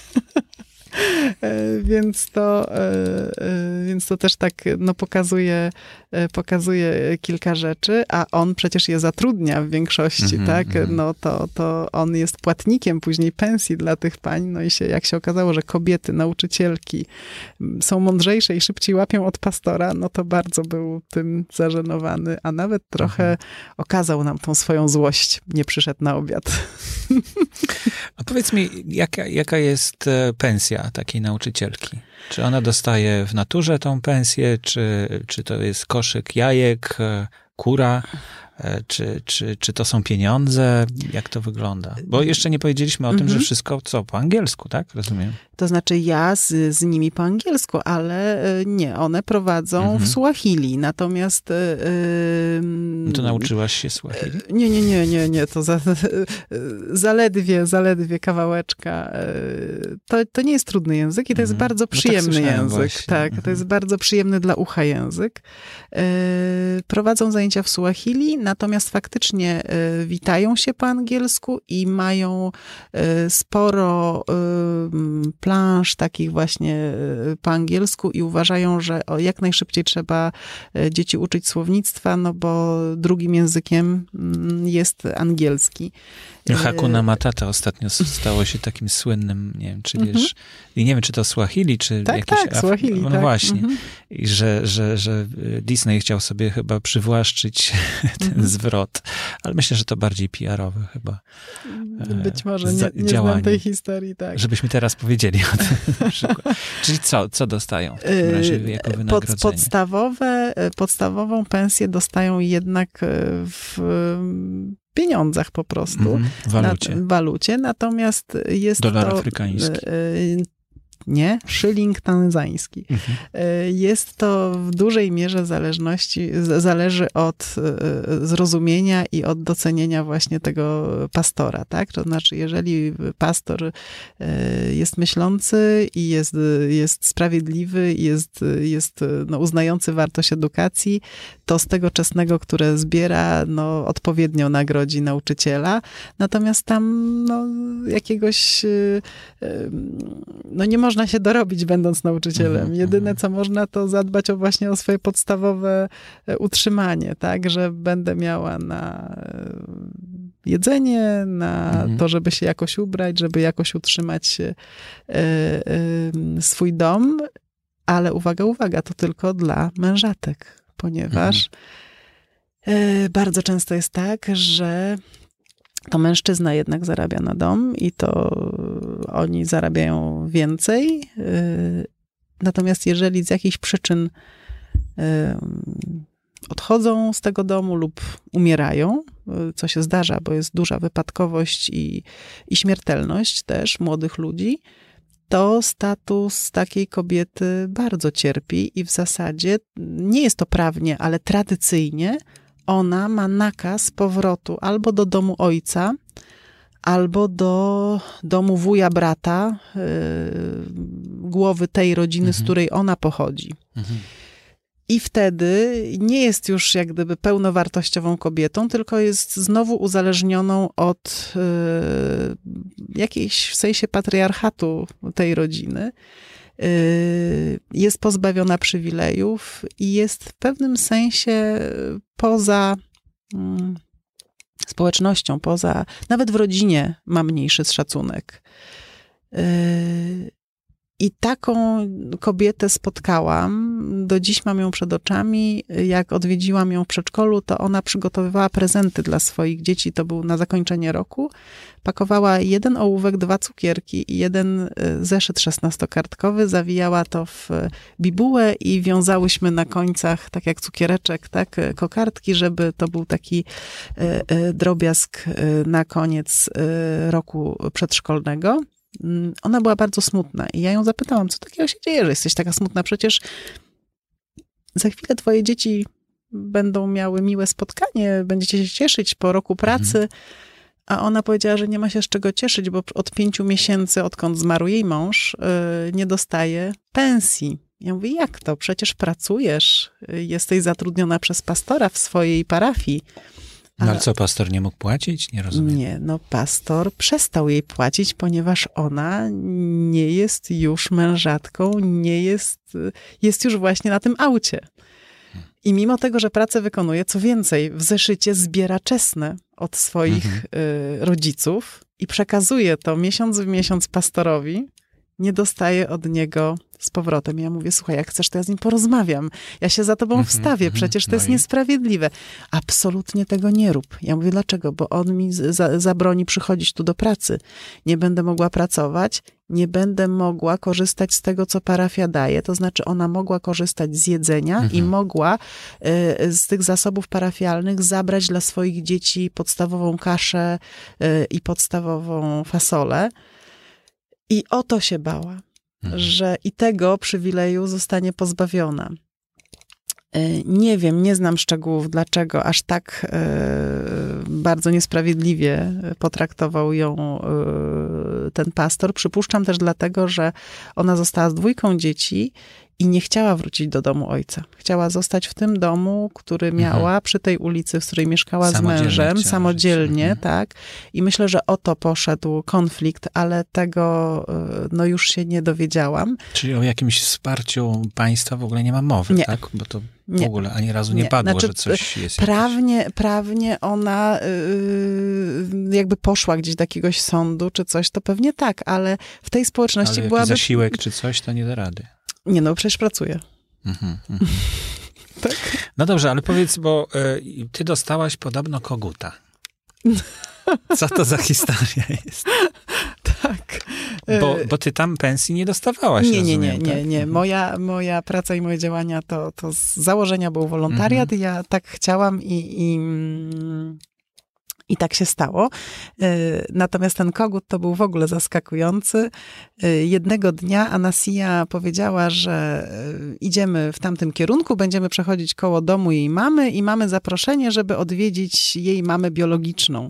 Speaker 2: Więc to też tak pokazuje kilka rzeczy, a on przecież je zatrudnia w większości, tak? No to on jest płatnikiem później pensji dla tych pań, no i jak się okazało, że kobiety, nauczycielki są mądrzejsze i szybciej łapią od pastora, no to bardzo był tym zażenowany, a nawet trochę okazał nam tą swoją złość. Nie przyszedł na obiad.
Speaker 1: A powiedz mi, jaka jest pensja takiej nauczycielki? Czy ona dostaje w naturze tą pensję, czy to jest koszyk jajek, kura, czy to są pieniądze? Jak to wygląda? Bo jeszcze nie powiedzieliśmy o tym, że wszystko po angielsku, tak? Rozumiem.
Speaker 2: To znaczy ja z nimi po angielsku, ale nie, one prowadzą w Suahili, natomiast...
Speaker 1: To nauczyłaś się Suahili?
Speaker 2: Nie, to zaledwie kawałeczka. To nie jest trudny język i to jest bardzo przyjemny język. Właśnie. Tak, to jest bardzo przyjemny dla ucha język. Prowadzą zajęcia w Suahili, natomiast faktycznie witają się po angielsku i mają sporo plansz takich właśnie po angielsku i uważają, że jak najszybciej trzeba dzieci uczyć słownictwa, no bo drugim językiem jest angielski.
Speaker 1: Hakuna Matata ostatnio stało się takim słynnym, nie wiem, czy wiesz, i nie wiem, czy to Swahili, czy jakiś...
Speaker 2: Swahili,
Speaker 1: no właśnie. I że Disney chciał sobie chyba przywłaszczyć ten zwrot, ale myślę, że to bardziej PR-owe chyba.
Speaker 2: Być może, nie znam tej historii, tak.
Speaker 1: Żebyśmy teraz powiedzieli o tym na przykład. Czyli co dostają w takim razie jako wynagrodzenie?
Speaker 2: Podstawową pensję dostają jednak w pieniądzach po prostu.
Speaker 1: W
Speaker 2: walucie. Natomiast jest
Speaker 1: Dolar afrykański.
Speaker 2: Nie, szyling tanzański. Jest to w dużej mierze zależy od zrozumienia i od docenienia właśnie tego pastora, tak? To znaczy, jeżeli pastor jest myślący i jest sprawiedliwy i jest uznający wartość edukacji, to z tego czesnego, które zbiera, odpowiednio nagrodzi nauczyciela. Natomiast tam jakiegoś nie można się dorobić, będąc nauczycielem. Jedyne, co można, to zadbać właśnie o swoje podstawowe utrzymanie, tak, że będę miała na jedzenie, na to, żeby się jakoś ubrać, żeby jakoś utrzymać swój dom, ale uwaga, to tylko dla mężatek, ponieważ bardzo często jest tak, że to mężczyzna jednak zarabia na dom i to oni zarabiają więcej. Natomiast jeżeli z jakichś przyczyn odchodzą z tego domu lub umierają, co się zdarza, bo jest duża wypadkowość i śmiertelność też młodych ludzi, to status takiej kobiety bardzo cierpi i w zasadzie nie jest to prawnie, ale tradycyjnie ona ma nakaz powrotu albo do domu ojca, albo do domu wuja brata, głowy tej rodziny, z której ona pochodzi. I wtedy nie jest już jak gdyby pełnowartościową kobietą, tylko jest znowu uzależnioną od jakiejś w sensie patriarchatu tej rodziny. Jest pozbawiona przywilejów i jest w pewnym sensie poza społecznością, nawet w rodzinie ma mniejszy szacunek. I taką kobietę spotkałam, do dziś mam ją przed oczami. Jak odwiedziłam ją w przedszkolu, to ona przygotowywała prezenty dla swoich dzieci, to był na zakończenie roku. Pakowała 1 ołówek, 2 cukierki i 1 zeszyt 16-kartkowy, zawijała to w bibułę i wiązałyśmy na końcach, tak jak cukiereczek, tak, kokardki, żeby to był taki drobiazg na koniec roku przedszkolnego. Ona była bardzo smutna i ja ją zapytałam, co takiego się dzieje, że jesteś taka smutna? Przecież za chwilę twoje dzieci będą miały miłe spotkanie, będziecie się cieszyć po roku pracy. A ona powiedziała, że nie ma się z czego cieszyć, bo od 5 miesięcy, odkąd zmarł jej mąż, nie dostaje pensji. Ja mówię, jak to? Przecież pracujesz, jesteś zatrudniona przez pastora w swojej parafii.
Speaker 1: No ale co, pastor nie mógł płacić? Nie rozumiem.
Speaker 2: Nie, no pastor przestał jej płacić, ponieważ ona nie jest już mężatką, jest już właśnie na tym aucie. I mimo tego, że pracę wykonuje, co więcej, w zeszycie zbiera czesne od swoich rodziców i przekazuje to miesiąc w miesiąc pastorowi, nie dostaje od niego z powrotem. Ja mówię, słuchaj, jak chcesz, to ja z nim porozmawiam. Ja się za tobą wstawię, przecież to jest niesprawiedliwe. Absolutnie tego nie rób. Ja mówię, dlaczego? Bo on mi zabroni przychodzić tu do pracy. Nie będę mogła pracować, nie będę mogła korzystać z tego, co parafia daje. To znaczy ona mogła korzystać z jedzenia i mogła z tych zasobów parafialnych zabrać dla swoich dzieci podstawową kaszę i podstawową fasolę. I o to się bała, że i tego przywileju zostanie pozbawiona. Nie wiem, nie znam szczegółów, dlaczego aż tak bardzo niesprawiedliwie potraktował ją ten pastor. Przypuszczam też dlatego, że ona została z 2 dzieci i nie chciała wrócić do domu ojca. Chciała zostać w tym domu, który miała, przy tej ulicy, w której mieszkała z mężem, samodzielnie, tak. I myślę, że o to poszedł konflikt, ale tego no już się nie dowiedziałam.
Speaker 1: Czyli o jakimś wsparciu państwa w ogóle nie ma mowy,
Speaker 2: nie.
Speaker 1: tak? Bo to w ogóle ani razu nie padło, znaczy, że coś jest
Speaker 2: prawnie ona jakby poszła gdzieś do jakiegoś sądu czy coś, to pewnie tak, ale w tej społeczności byłaby...
Speaker 1: zasiłek czy coś, to nie da rady.
Speaker 2: Nie, no przecież pracuję.
Speaker 1: Tak? No dobrze, ale powiedz, bo ty dostałaś podobno koguta. Co to za historia jest?
Speaker 2: Tak.
Speaker 1: Bo ty tam pensji nie dostawałaś,
Speaker 2: Nie. Moja praca i moje działania to z założenia był wolontariat. Ja tak chciałam i tak się stało. Natomiast ten kogut to był w ogóle zaskakujący. Jednego dnia Anasia powiedziała, że idziemy w tamtym kierunku, będziemy przechodzić koło domu jej mamy i mamy zaproszenie, żeby odwiedzić jej mamę biologiczną.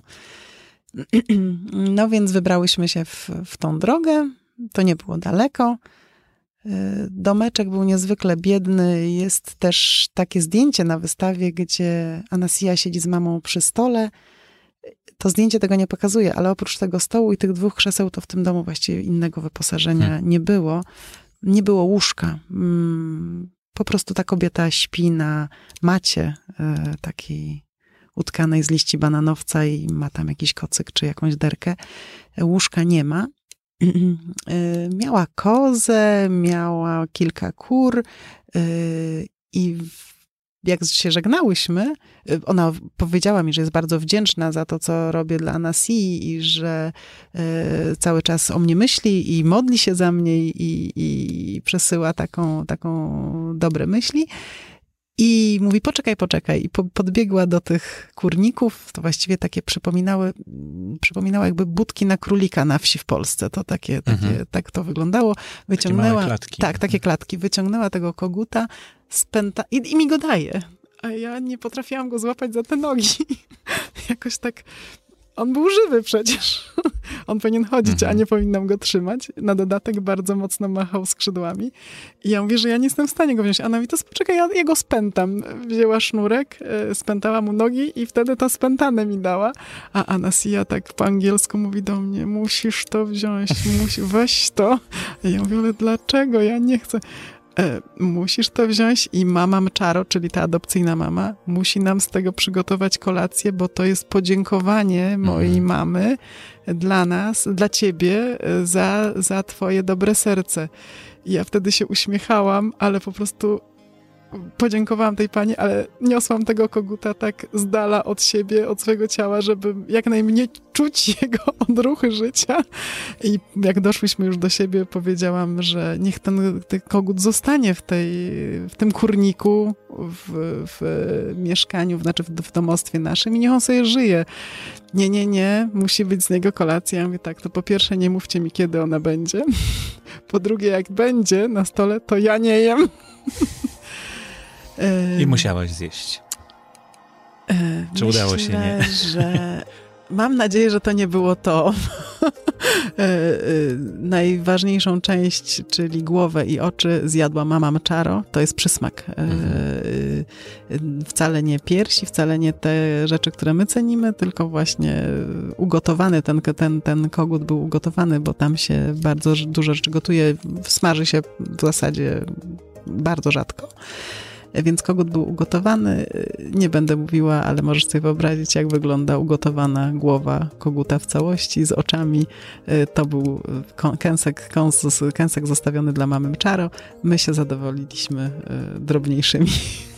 Speaker 2: No więc wybrałyśmy się w tą drogę. To nie było daleko. Domeczek był niezwykle biedny. Jest też takie zdjęcie na wystawie, gdzie Anasia siedzi z mamą przy stole. To zdjęcie tego nie pokazuje, ale oprócz tego stołu i tych 2 krzeseł, to w tym domu właściwie innego wyposażenia nie było. Nie było łóżka. Po prostu ta kobieta śpi na macie takiej utkanej z liści bananowca i ma tam jakiś kocyk czy jakąś derkę. Łóżka nie ma. Miała kozę, miała kilka kur i jak się żegnałyśmy, ona powiedziała mi, że jest bardzo wdzięczna za to, co robię dla Anasii i że cały czas o mnie myśli i modli się za mnie i przesyła taką dobre myśli. I mówi, poczekaj. I podbiegła do tych kurników, to właściwie takie przypominało jakby budki na królika na wsi w Polsce. To tak to wyglądało. Wyciągnęła,
Speaker 1: takie małe klatki.
Speaker 2: Tak, takie klatki. Wyciągnęła tego koguta, i mi go daje. A ja nie potrafiłam go złapać za te nogi. Jakoś tak... On był żywy przecież. On powinien chodzić, a nie powinnam go trzymać. Na dodatek bardzo mocno machał skrzydłami. I ja mówię, że ja nie jestem w stanie go wziąć. A ona mówi, to poczekaj, ja go spętam. Wzięła sznurek, spętała mu nogi i wtedy to spętane mi dała. A Anasia tak po angielsku mówi do mnie, musisz to wziąć, weź to. I ja mówię, ale dlaczego? Ja nie chcę. musisz to wziąć i mama Mczaro, czyli ta adopcyjna mama, musi nam z tego przygotować kolację, bo to jest podziękowanie mojej mamy dla nas, dla ciebie, za twoje dobre serce. I ja wtedy się uśmiechałam, ale po prostu podziękowałam tej pani, ale niosłam tego koguta tak z dala od siebie, od swojego ciała, żeby jak najmniej czuć jego odruchy życia. I jak doszłyśmy już do siebie, powiedziałam, że niech ten kogut zostanie w tym kurniku, w mieszkaniu, znaczy w domostwie naszym i niech on sobie żyje. Nie, musi być z niego kolacja. Ja mówię tak, to po pierwsze nie mówcie mi, kiedy ona będzie. Po drugie, jak będzie na stole, to ja nie jem.
Speaker 1: I musiałaś zjeść. Czy udało się, nie?
Speaker 2: Że mam nadzieję, że to nie było to. Najważniejszą część, czyli głowę i oczy, zjadła mama Mczaro. To jest przysmak. Wcale nie piersi, wcale nie te rzeczy, które my cenimy, tylko właśnie ugotowany. Ten kogut był ugotowany, bo tam się bardzo dużo rzeczy gotuje. Smaży się w zasadzie bardzo rzadko. Więc kogut był ugotowany. Nie będę mówiła, ale możesz sobie wyobrazić, jak wygląda ugotowana głowa koguta w całości z oczami. To był kęsek zostawiony dla mamy Mczaro. My się zadowoliliśmy drobniejszymi.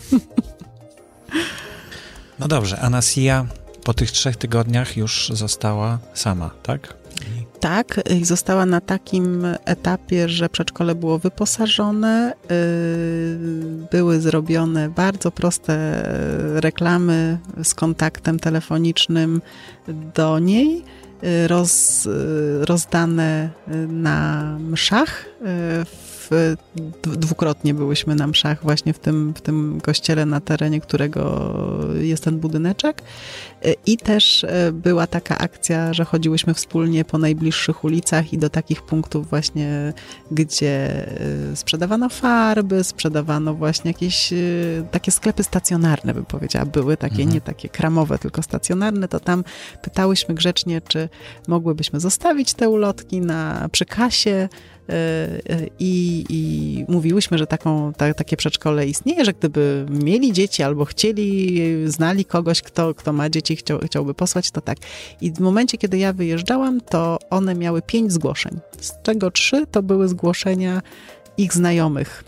Speaker 1: No dobrze, Anasia po tych 3 tygodniach już została sama, tak?
Speaker 2: Tak, i została na takim etapie, że przedszkole było wyposażone, były zrobione bardzo proste reklamy z kontaktem telefonicznym do niej, rozdane na mszach. Dwukrotnie byłyśmy na mszach właśnie w tym kościele, na terenie którego jest ten budyneczek. I też była taka akcja, że chodziłyśmy wspólnie po najbliższych ulicach i do takich punktów właśnie, gdzie sprzedawano farby, sprzedawano właśnie jakieś takie sklepy stacjonarne, bym powiedziała, były takie, nie takie kramowe, tylko stacjonarne, to tam pytałyśmy grzecznie, czy mogłybyśmy zostawić te ulotki przy kasie, i mówiłyśmy, że takie przedszkole istnieje, że gdyby mieli dzieci albo znali kogoś, kto ma dzieci, chciałby posłać, to tak. I w momencie, kiedy ja wyjeżdżałam, to one miały 5 zgłoszeń, z czego 3 to były zgłoszenia ich znajomych.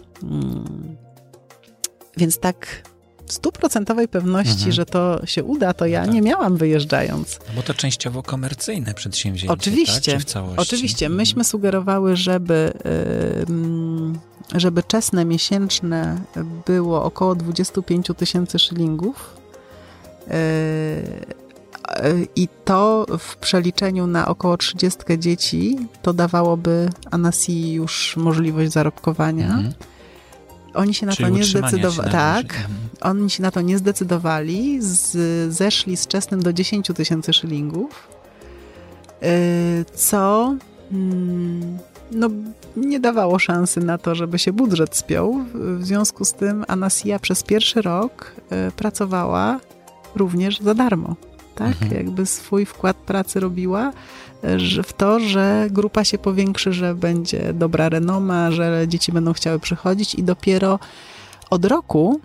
Speaker 2: Więc tak w 100% pewności, że to się uda, to ja nie miałam wyjeżdżając.
Speaker 1: No bo to częściowo komercyjne przedsięwzięcie,
Speaker 2: oczywiście,
Speaker 1: tak? Czy w całości?
Speaker 2: Oczywiście. Myśmy sugerowały, żeby czesne miesięczne było około 25 000 szylingów. I to w przeliczeniu na około 30 dzieci to dawałoby Anasii już możliwość zarobkowania. Oni się na to nie zdecydowali. Tak, oni się na to nie zdecydowali. Zeszli z czesnym do 10 000 szylingów, co nie dawało szansy na to, żeby się budżet spiął. W związku z tym Anasia przez pierwszy rok pracowała również za darmo. Tak? Jakby swój wkład pracy robiła w to, że grupa się powiększy, że będzie dobra renoma, że dzieci będą chciały przychodzić i dopiero od roku,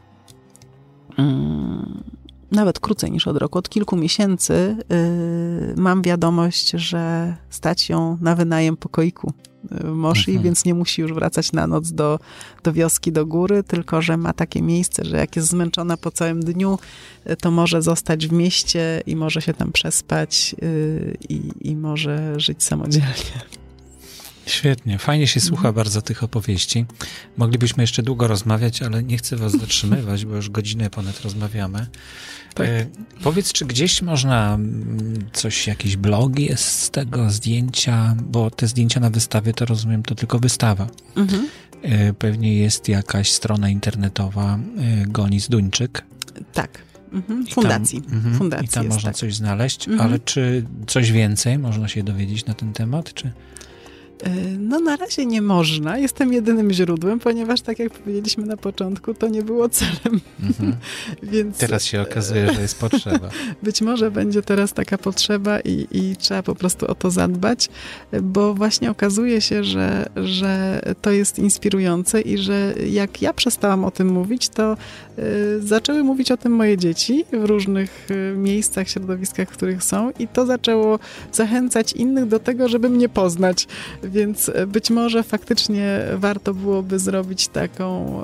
Speaker 2: nawet krócej niż od roku, od kilku miesięcy mam wiadomość, że stać ją na wynajem pokoiku w Moshi, więc nie musi już wracać na noc do wioski, do góry, tylko że ma takie miejsce, że jak jest zmęczona po całym dniu, to może zostać w mieście i może się tam przespać i może żyć samodzielnie.
Speaker 1: Świetnie, fajnie się słucha bardzo tych opowieści. Moglibyśmy jeszcze długo rozmawiać, ale nie chcę was zatrzymywać, bo już godzinę ponad rozmawiamy. Tak. Powiedz, czy gdzieś można jakiś blog jest z tego, zdjęcia, bo te zdjęcia na wystawie, to rozumiem, to tylko wystawa. Pewnie jest jakaś strona internetowa Gonis Duńczyk.
Speaker 2: Tak. Fundacji. Fundacji
Speaker 1: I tam
Speaker 2: jest,
Speaker 1: można
Speaker 2: tak.
Speaker 1: coś znaleźć, ale czy coś więcej można się dowiedzieć na ten temat, czy...
Speaker 2: No na razie nie można. Jestem jedynym źródłem, ponieważ tak jak powiedzieliśmy na początku, to nie było celem. Więc
Speaker 1: teraz się okazuje, że jest potrzeba.
Speaker 2: Być może będzie teraz taka potrzeba i trzeba po prostu o to zadbać, bo właśnie okazuje się, że to jest inspirujące i że jak ja przestałam o tym mówić, to zaczęły mówić o tym moje dzieci w różnych miejscach, środowiskach, w których są i to zaczęło zachęcać innych do tego, żeby mnie poznać. Więc być może faktycznie warto byłoby zrobić taką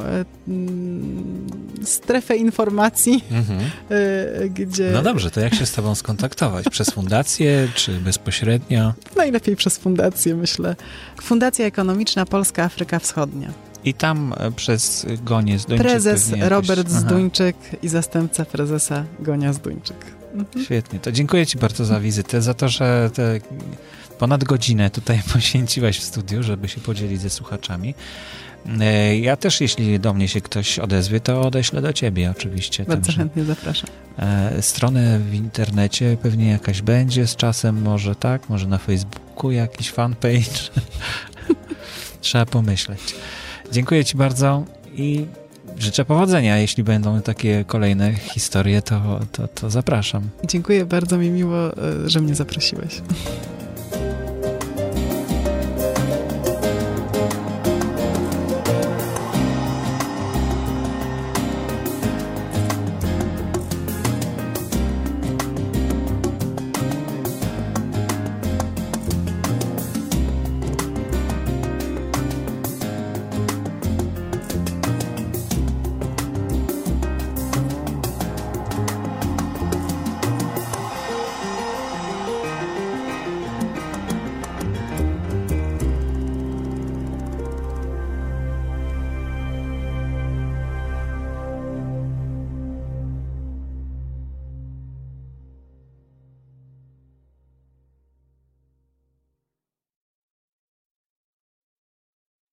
Speaker 2: strefę informacji, gdzie...
Speaker 1: No dobrze, to jak się z tobą skontaktować? Przez fundację, czy bezpośrednio?
Speaker 2: Najlepiej przez fundację, myślę. Fundacja Ekonomiczna Polska Afryka Wschodnia.
Speaker 1: I tam przez Gonię Zduńczyk.
Speaker 2: Prezes Robert Zduńczyk i zastępca prezesa Gonia Zduńczyk.
Speaker 1: Świetnie. To dziękuję ci bardzo za wizytę, za to, że te ponad godzinę tutaj poświęciłaś w studiu, żeby się podzielić ze słuchaczami. Ja też, jeśli do mnie się ktoś odezwie, to odeślę do ciebie oczywiście.
Speaker 2: Bardzo chętnie zapraszam.
Speaker 1: Stronę w internecie pewnie jakaś będzie z czasem, może tak, może na Facebooku jakiś fanpage. Trzeba pomyśleć. Dziękuję ci bardzo i życzę powodzenia. Jeśli będą takie kolejne historie, to zapraszam.
Speaker 2: Dziękuję, bardzo mi miło, że mnie zaprosiłeś.